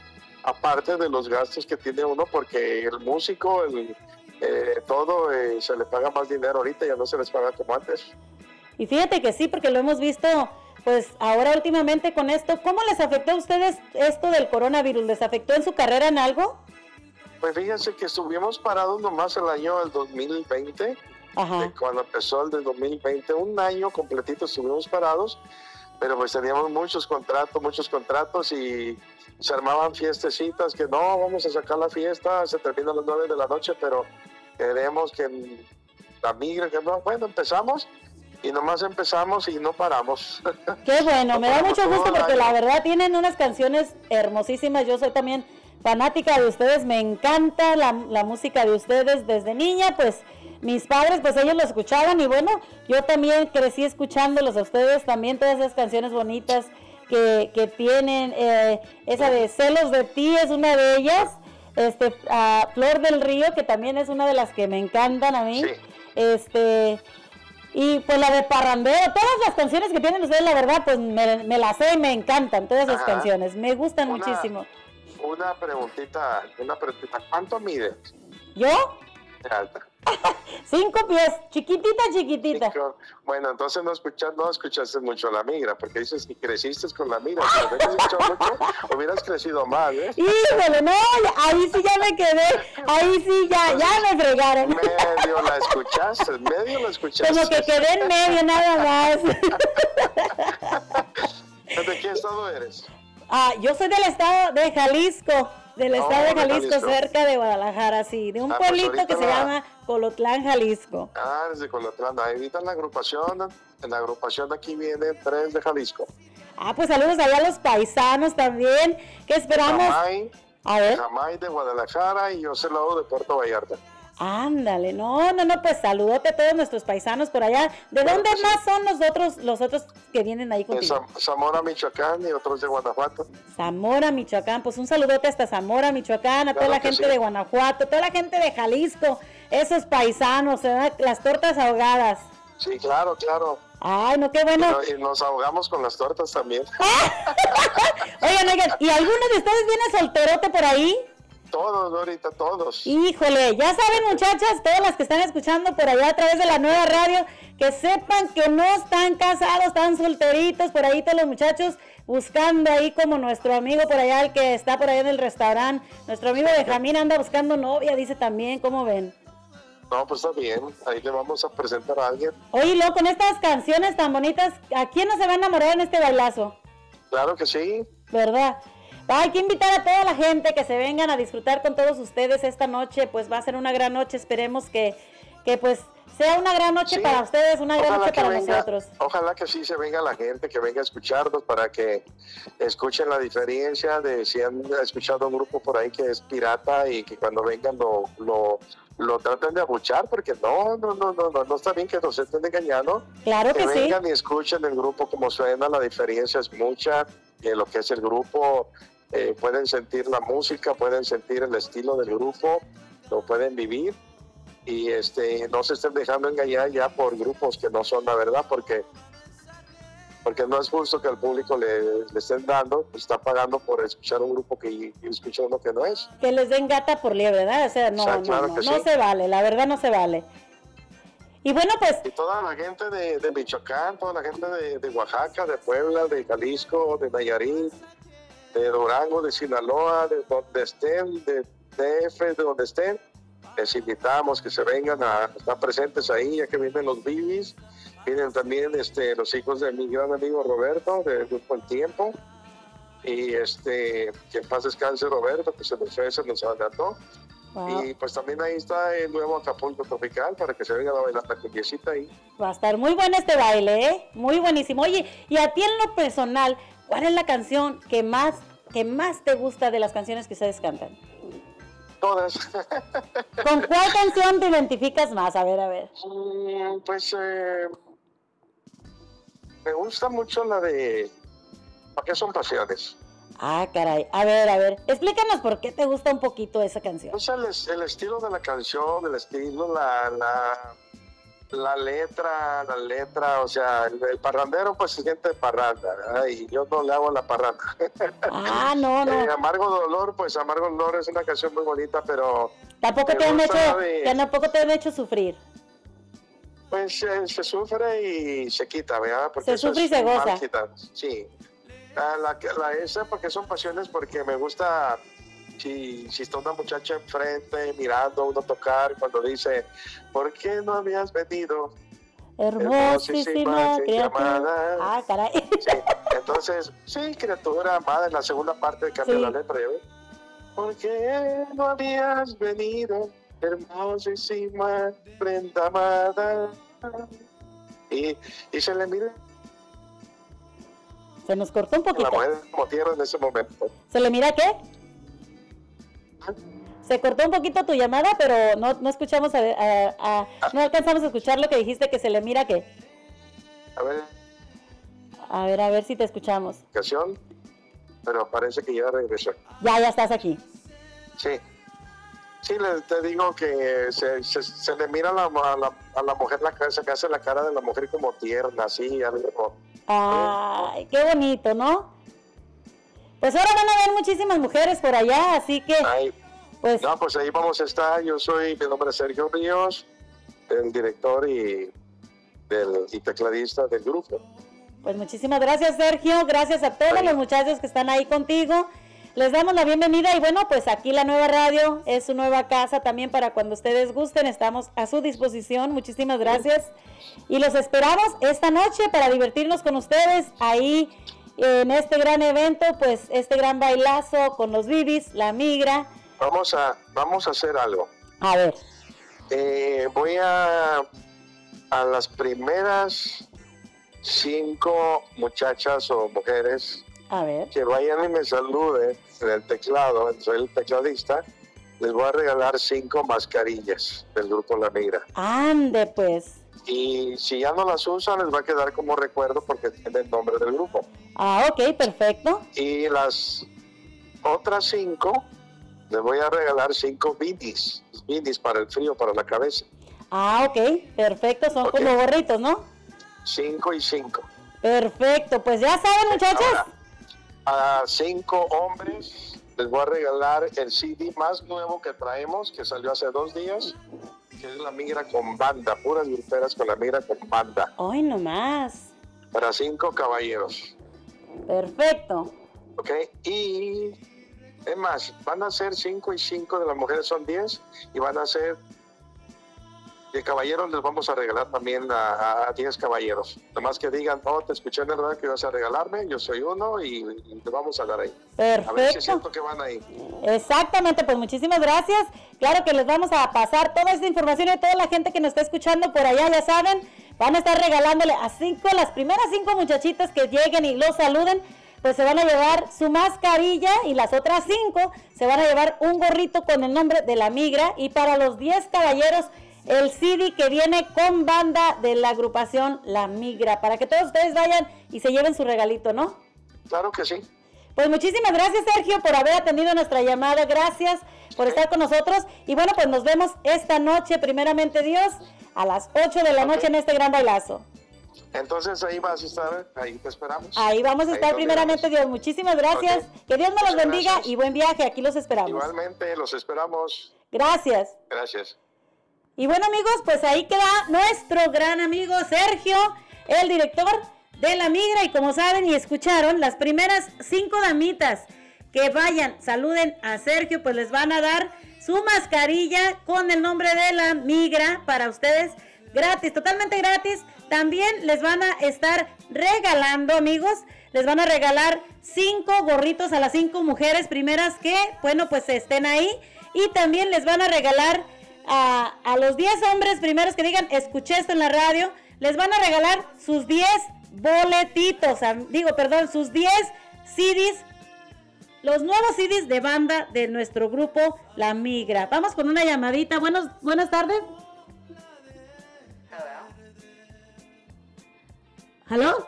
aparte de los gastos que tiene uno, porque el músico, el, eh, todo eh, se le paga más dinero ahorita, ya no se les paga como antes. Y fíjate que sí, porque lo hemos visto, pues ahora últimamente con esto. ¿Cómo les afectó a ustedes esto del coronavirus? ¿Les afectó en su carrera en algo? Pues fíjense que estuvimos parados nomás el año del dos mil veinte, Ajá. de cuando empezó el del dos mil veinte, un año completito estuvimos parados, pero pues teníamos muchos contratos, muchos contratos, y se armaban fiestecitas que no, vamos a sacar la fiesta, se termina a las nueve de la noche, pero queremos que la migra, que no, bueno, empezamos y nomás empezamos y no paramos. Qué bueno, No me da paramos mucho todo gusto el porque año. la verdad tienen unas canciones hermosísimas. Yo soy también fanática de ustedes, me encanta la, la música de ustedes desde niña, pues mis padres, pues ellos lo escuchaban y bueno, yo también crecí escuchándolos a ustedes, también todas esas canciones bonitas que, que tienen, eh, esa de Celos de Ti es una de ellas, este, a Flor del Río, que también es una de las que me encantan a mí, este... Y pues la de Parrandeo, todas las canciones que tienen ustedes, la verdad, pues me, me las sé y me encantan, todas esas Ajá. canciones, me gustan Una- muchísimo. Una preguntita, una preguntita, ¿cuánto mide ¿Yo? de alta? Cinco pies, chiquitita, chiquitita. Cinco. Bueno, entonces no escuchas, no escuchaste mucho la migra, porque dices que creciste con la migra. Si hubieras escuchado mucho, hubieras crecido más, ¿eh? Híjole, no, ahí sí ya me quedé, ahí sí ya, ya me fregaron. Medio la escuchaste, medio la escuchaste. Como que quedé en medio nada más. ¿De qué estado eres? Ah, yo soy del estado de Jalisco, del Oh, estado de de Jalisco, Jalisco. cerca de Guadalajara, sí, de un Ah, pues pueblito ahorita que se la- llama Colotlán, Jalisco. Ah, desde Colotlán. Ahorita en la agrupación, en la agrupación aquí vienen tres de Jalisco. Ah, pues saludos allá a los paisanos también, que esperamos. Jamay, A ver. Jamay de Guadalajara, y yo soy lado de Puerto Vallarta. Ándale, no, no, no, pues saludote a todos nuestros paisanos por allá. ¿De Claro dónde que sí. más son los otros, los otros que vienen ahí De contigo? Zam- Zamora, Michoacán, y otros de Guanajuato. Zamora, Michoacán, pues un saludote hasta Zamora, Michoacán, a toda Claro la que gente sí. de Guanajuato, toda la gente de Jalisco, esos paisanos, ¿verdad? Las tortas ahogadas. Sí, claro, claro. Ay, no, qué bueno. Y, no- y nos ahogamos con las tortas también. Oigan, oigan, ¿y alguno de ustedes viene solterote por ahí? Todos, ahorita todos. Híjole, ya saben muchachas, todas las que están escuchando por allá a través de la nueva radio, que sepan que no están casados, están solteritos, por ahí todos los muchachos buscando ahí como nuestro amigo por allá, el que está por allá en el restaurante, nuestro amigo Benjamín anda buscando novia, dice también, ¿cómo ven? No, pues está bien. Ahí le vamos a presentar a alguien. Oye, luego con estas canciones tan bonitas, ¿a quién no se va a enamorar en este bailazo? Claro que sí. ¿Verdad? Hay que invitar a toda la gente que se vengan a disfrutar con todos ustedes esta noche, pues va a ser una gran noche, esperemos que, que pues sea una gran noche Sí. para ustedes, una gran Ojalá noche que para venga- nosotros. Ojalá que sí se venga la gente, que venga a escucharnos para que escuchen la diferencia de si han escuchado un grupo por ahí que es pirata y que cuando vengan lo, lo, lo traten de abuchar, porque no, no, no, no, no, no está bien que nos estén engañando. Claro que sí. vengan y escuchen el grupo como suena, la diferencia es mucha de lo que es el grupo. Eh, pueden sentir la música, pueden sentir el estilo del grupo, lo pueden vivir, y este no se estén dejando engañar ya por grupos que no son la verdad, porque porque no es justo que al público le, le estén dando, pues está pagando por escuchar un grupo que y escucha uno que no es. Que les den gata por liebre, ¿verdad? O sea, no, O sea, no, claro no, que no sí. se vale, la verdad no se vale. Y bueno, pues... Y toda la gente de, de Michoacán, toda la gente de, de Oaxaca, de Puebla, de Jalisco, de Nayarit, de Durango, de Sinaloa, de donde estén, de D F, de donde estén, les invitamos que se vengan a estar presentes ahí, ya que vienen los Bibis, vienen también este, los hijos de mi gran amigo Roberto, del Grupo El Tiempo, y este, que en paz descanse Roberto, que se nos fue, se nos adelantó. Wow. Y pues también ahí está el nuevo Acapulco Tropical para que se vengan a bailar la cumbiecita ahí. Va a estar muy bueno este baile, ¿eh? Muy buenísimo. Oye, y a ti en lo personal, ¿cuál es la canción que más, que más te gusta de las canciones que ustedes cantan? Todas. ¿Con cuál canción te identificas más? A ver, a ver. Mm, Pues eh, me gusta mucho la de ¿Para qué son pasiones? Ah, caray. A ver, a ver. Explícanos por qué te gusta un poquito esa canción. Pues el, es- el estilo de la canción, el estilo, la, la, la letra, la letra, o sea, el, el parrandero pues se siente parranda, ¿verdad? Y yo no le hago la parranda. Ah, no, no. Eh, Amargo Dolor, pues Amargo Dolor es una canción muy bonita, pero Tampoco me te han gusta hecho, de- que tampoco te han hecho sufrir. pues eh, se sufre y se quita, ¿verdad? Porque Se eso sufre y es se mal goza. quitar. Sí. La, la, la esa porque son pasiones, porque me gusta si, si está una muchacha enfrente mirando a uno tocar, cuando dice, ¿por qué no habías venido? Hermosísima sin criatura. llamada? Ah, caray. Sí. Entonces, sí, criatura amada, en la segunda parte cambia Sí. la letra, ¿ya ves? ¿Por qué no habías venido? Hermosísima prenda amada. Y, y se le mira Se nos cortó un la poquito. mujer como tierra en ese momento. ¿Se le mira qué? Se cortó un poquito tu llamada, pero no, no escuchamos, a, a- a- no alcanzamos a escuchar lo que dijiste, que se le mira qué. A ver, A ver, a ver si te escuchamos. ocasión, pero parece que ya regresó. Ya, ya estás aquí. Sí. Sí, le, te digo que se, se, se le mira a la, a la, a la mujer la cara, se hace la cara de la mujer como tierna, así, algo. Ay, qué bonito, ¿no? Pues ahora van a haber muchísimas mujeres por allá, así que... Ay, pues, no, pues ahí vamos a estar. Yo soy, mi nombre es Sergio Ríos, el director y, del, y tecladista del grupo. Pues muchísimas gracias, Sergio. Gracias a todos los muchachos que están ahí contigo. Les damos la bienvenida y bueno, pues aquí la nueva radio es su nueva casa también para cuando ustedes gusten. Estamos a su disposición. Muchísimas gracias. Y los esperamos esta noche para divertirnos con ustedes ahí en este gran evento, pues este gran bailazo con los Bibis, la Migra. Vamos a, vamos a hacer algo. A ver. Eh, voy a, a las primeras cinco muchachas o mujeres A ver. que vayan y me saluden en el teclado, soy el tecladista, les voy a regalar cinco mascarillas del grupo La Migra. Ande, pues. Y si ya no las usan, les va a quedar como recuerdo porque tiene el nombre del grupo. Ah, ok, perfecto. Y las otras cinco, les voy a regalar cinco beanies, beanies para el frío, para la cabeza. Ah, ok, perfecto. Son Ok. como gorritos, ¿no? Cinco y cinco. Perfecto, pues ya saben, muchachos. Ahora, a cinco hombres les voy a regalar el C D más nuevo que traemos, que salió hace dos días, que es La Migra con banda, puras gruperas con La Migra con banda, Hoy nomás. para cinco caballeros, Perfecto. ¿ok? Y es más, van a ser cinco y cinco, de las mujeres son diez, y van a ser de caballeros, les vamos a regalar también a, a diez caballeros. Nomás que digan, oh, te escuché en el radio que ibas a regalarme, yo soy uno y, y te vamos a dar ahí. A ver si es Perfecto. cierto que van ahí. Exactamente, pues muchísimas gracias. Claro que les vamos a pasar toda esta información y a toda la gente que nos está escuchando por allá, ya saben, van a estar regalándole a cinco, las primeras cinco muchachitas que lleguen y los saluden, pues se van a llevar su mascarilla y las otras cinco se van a llevar un gorrito con el nombre de La Migra y para los diez caballeros el C D que viene con banda de la agrupación La Migra, para que todos ustedes vayan y se lleven su regalito, ¿no? Claro que sí. Pues muchísimas gracias, Sergio, por haber atendido nuestra llamada. Gracias por estar con nosotros. Y bueno, pues nos vemos esta noche, primeramente Dios, a las ocho de la noche en este gran bailazo. Entonces ahí vas a estar, ahí te esperamos. Ahí vamos a estar primeramente, Dios. Muchísimas gracias. Okay. Que Dios me los bendiga gracias. Y buen viaje. Aquí los esperamos. Igualmente, los esperamos. Gracias. Gracias. Y bueno, amigos, pues ahí queda nuestro gran amigo Sergio, el director de La Migra. Y como saben y escucharon, las primeras cinco damitas que vayan, saluden a Sergio, pues les van a dar su mascarilla con el nombre de La Migra para ustedes, gratis, totalmente gratis. También les van a estar regalando, amigos, les van a regalar cinco gorritos a las cinco mujeres primeras que, bueno, pues estén ahí. Y también les van a regalar a, a los diez hombres primeros que digan, escuché esto en la radio, les van a regalar sus diez boletitos, digo, perdón, sus diez C Ds, los nuevos C Ds de banda de nuestro grupo La Migra. Vamos con una llamadita. Buenos, buenas tardes. ¿Aló?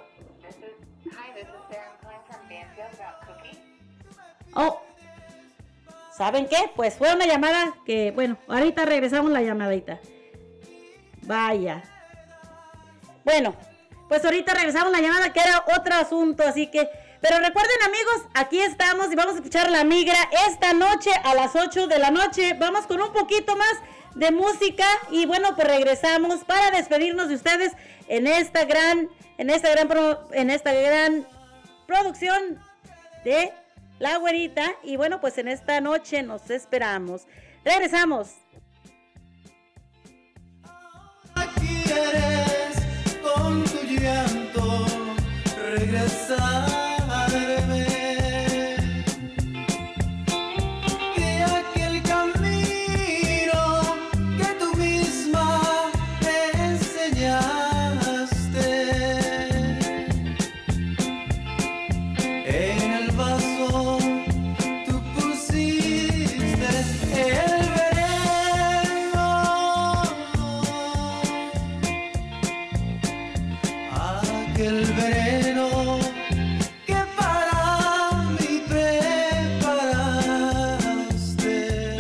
Oh, ¿saben qué? Pues fue una llamada que, bueno, ahorita regresamos la llamadita. Vaya. Bueno, pues ahorita regresamos la llamada que era otro asunto, así que... Pero recuerden, amigos, aquí estamos y vamos a escuchar La Migra esta noche a las ocho de la noche. Vamos con un poquito más de música y bueno, pues regresamos para despedirnos de ustedes en esta gran, en esta gran, pro, en esta gran producción de La Güerita. Y bueno, pues en esta noche nos esperamos. Regresamos. Quieres con tu llanto regresar. De aquel camino que tú misma te enseñaste, en el vaso tú pusiste el veneno, aquel veneno que para mí preparaste.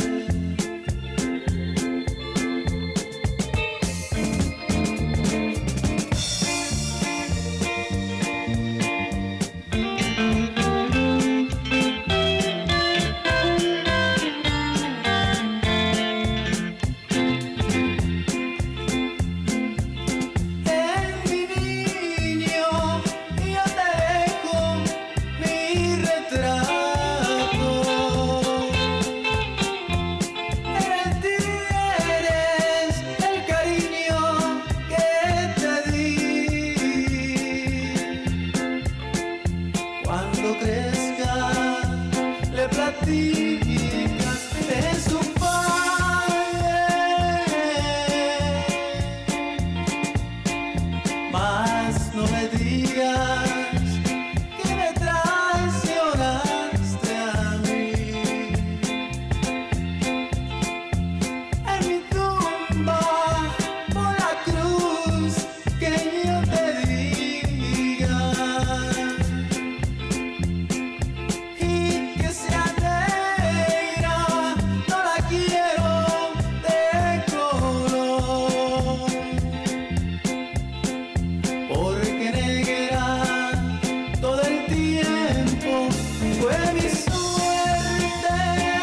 En mi niño yo te dejo mi retrato. En ti eres el cariño que te di. Cuando crezca le platicas de su padre, mas no me digas que me traicionaste a mí. En mi tumba por la cruz que yo te diga y que sea negra, no la quiero de color, porque negra todo el tiempo fue mi suerte.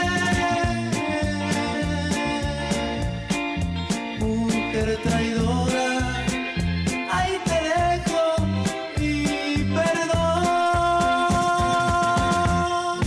Mujer traidora, ahí te dejo mi perdón.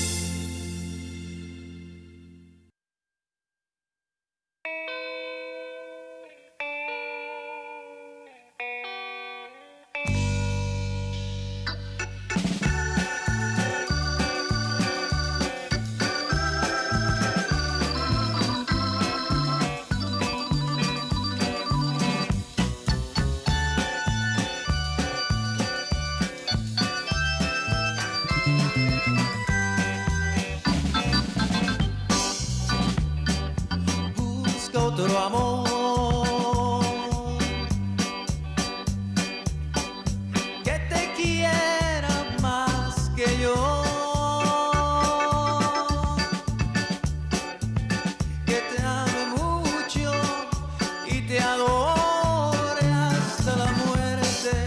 Busca otro amor que te quiera más que yo, que te ame mucho y te adore hasta la muerte.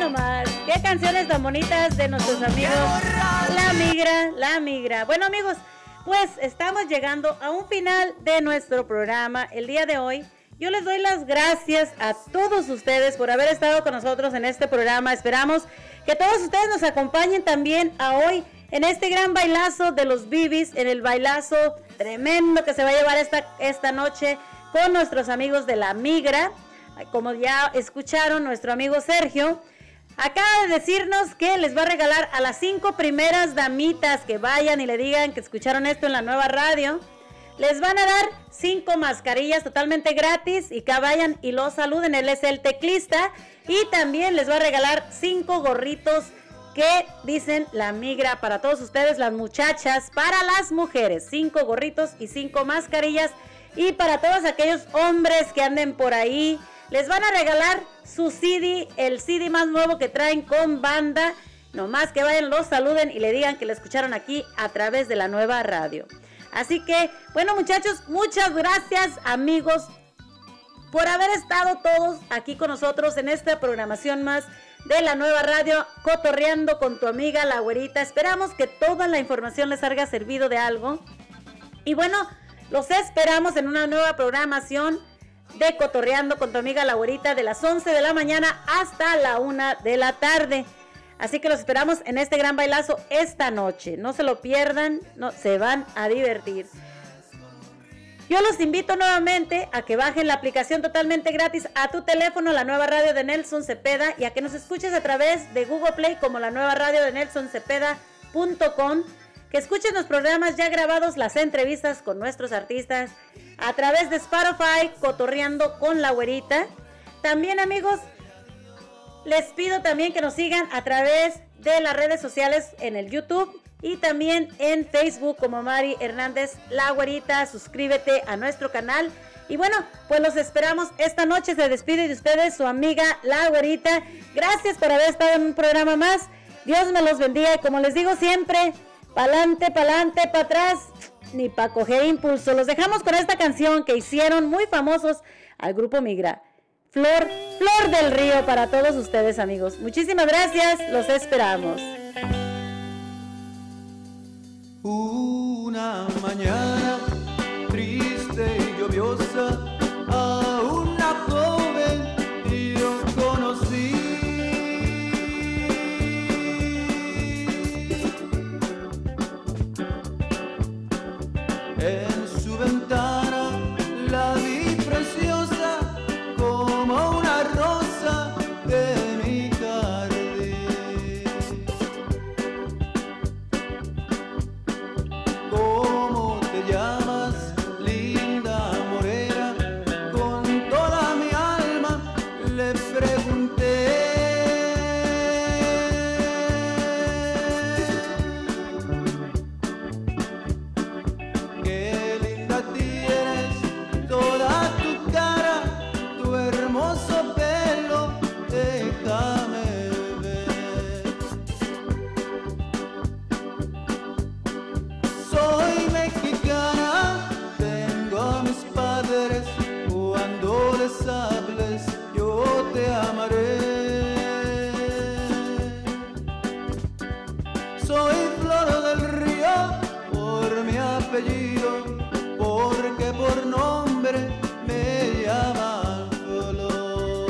nomás. Qué canciones tan bonitas de nuestros amigos La Migra, La Migra. Bueno, amigos, pues estamos llegando a un final de nuestro programa el día de hoy. Yo les doy las gracias a todos ustedes por haber estado con nosotros en este programa. Esperamos que todos ustedes nos acompañen también a hoy en este gran bailazo de los Bibis, en el bailazo tremendo que se va a llevar esta, esta noche con nuestros amigos de La Migra. Como ya escucharon, nuestro amigo Sergio acaba de decirnos que les va a regalar a las cinco primeras damitas que vayan y le digan que escucharon esto en la nueva radio. Les van a dar cinco mascarillas totalmente gratis y que vayan y lo saluden. Él es el teclista. Y también les va a regalar cinco gorritos que dicen La Migra para todos ustedes, las muchachas, para las mujeres. Cinco gorritos y cinco mascarillas. Y para todos aquellos hombres que anden por ahí, les van a regalar su C D, el C D más nuevo que traen con banda. Nomás que vayan, los saluden y le digan que le escucharon aquí a través de la nueva radio. Así que, bueno, muchachos, muchas gracias, amigos, por haber estado todos aquí con nosotros en esta programación más de la nueva radio, Cotorreando con tu amiga La Güerita. Esperamos que toda la información les haya servido de algo. Y bueno, los esperamos en una nueva programación de Cotorreando con tu amiga La Güerita de las once de la mañana hasta la una de la tarde. Así que los esperamos en este gran bailazo esta noche. No se lo pierdan, no, se van a divertir. Yo los invito nuevamente a que bajen la aplicación totalmente gratis a tu teléfono, la nueva radio de Nelson Cepeda, y a que nos escuches a través de Google Play como la nueva radio de nelson cepeda punto com, que escuchen los programas ya grabados, las entrevistas con nuestros artistas, a través de Spotify, Cotorreando con La Güerita. También, amigos, les pido también que nos sigan a través de las redes sociales en el YouTube y también en Facebook como Mari Hernández La Güerita. Suscríbete a nuestro canal. Y bueno, pues los esperamos esta noche. Se despide de ustedes su amiga La Güerita. Gracias por haber estado en un programa más. Dios me los bendiga y como les digo siempre, pa'lante, pa'lante, para atrás, ni para coger impulso. Los dejamos con esta canción que hicieron muy famosos al grupo Migra. Flor, Flor del Río para todos ustedes, amigos. Muchísimas gracias, los esperamos. Una mañana triste y lluviosa, a una joven yo conocí. En su ventana la vi preciosa como una rosa de mi jardín. ¿Cómo te llamas, linda morena? Con toda mi alma le pregunté. Qué linda tienes toda tu cara, tu hermoso pelo, déjame ver. Soy mexicana, tengo a mis padres, cuando les hables yo te amaré. Soy Flor del Río por mi apellido, porque por nombre me llaman Flor.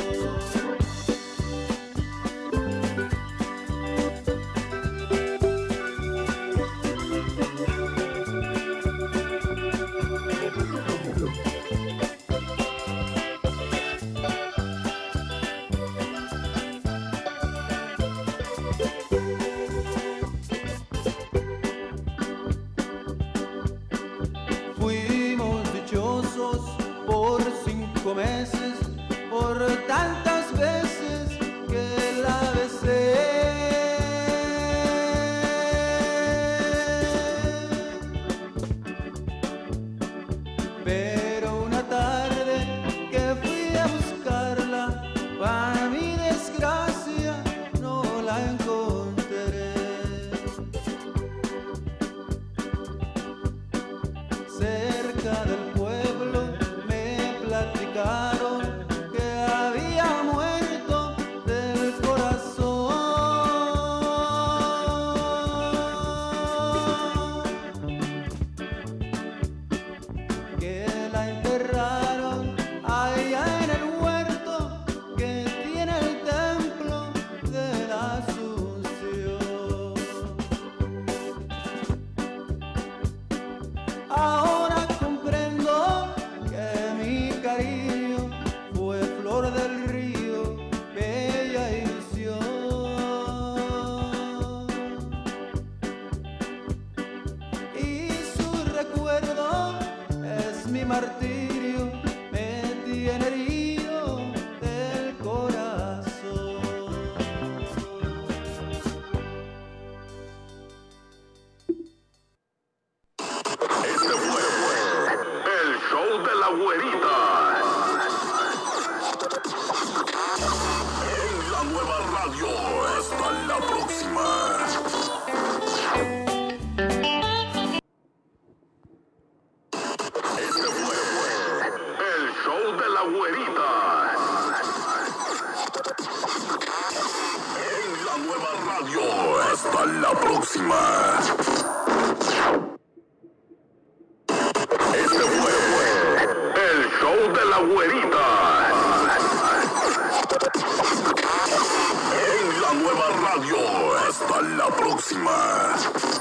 Fuimos dichosos por cinco meses, por tantas veces que la besé. Pero una tarde que fui a buscarla, para mi desgracia no la encontré. Cerca del pueblo me platicaron que había muerto del corazón. radio. Hasta la próxima. Este fue el show de la güerita. En la nueva radio. Hasta la próxima. Este fue el show de la güerita. En la nueva radio. Hasta la próxima.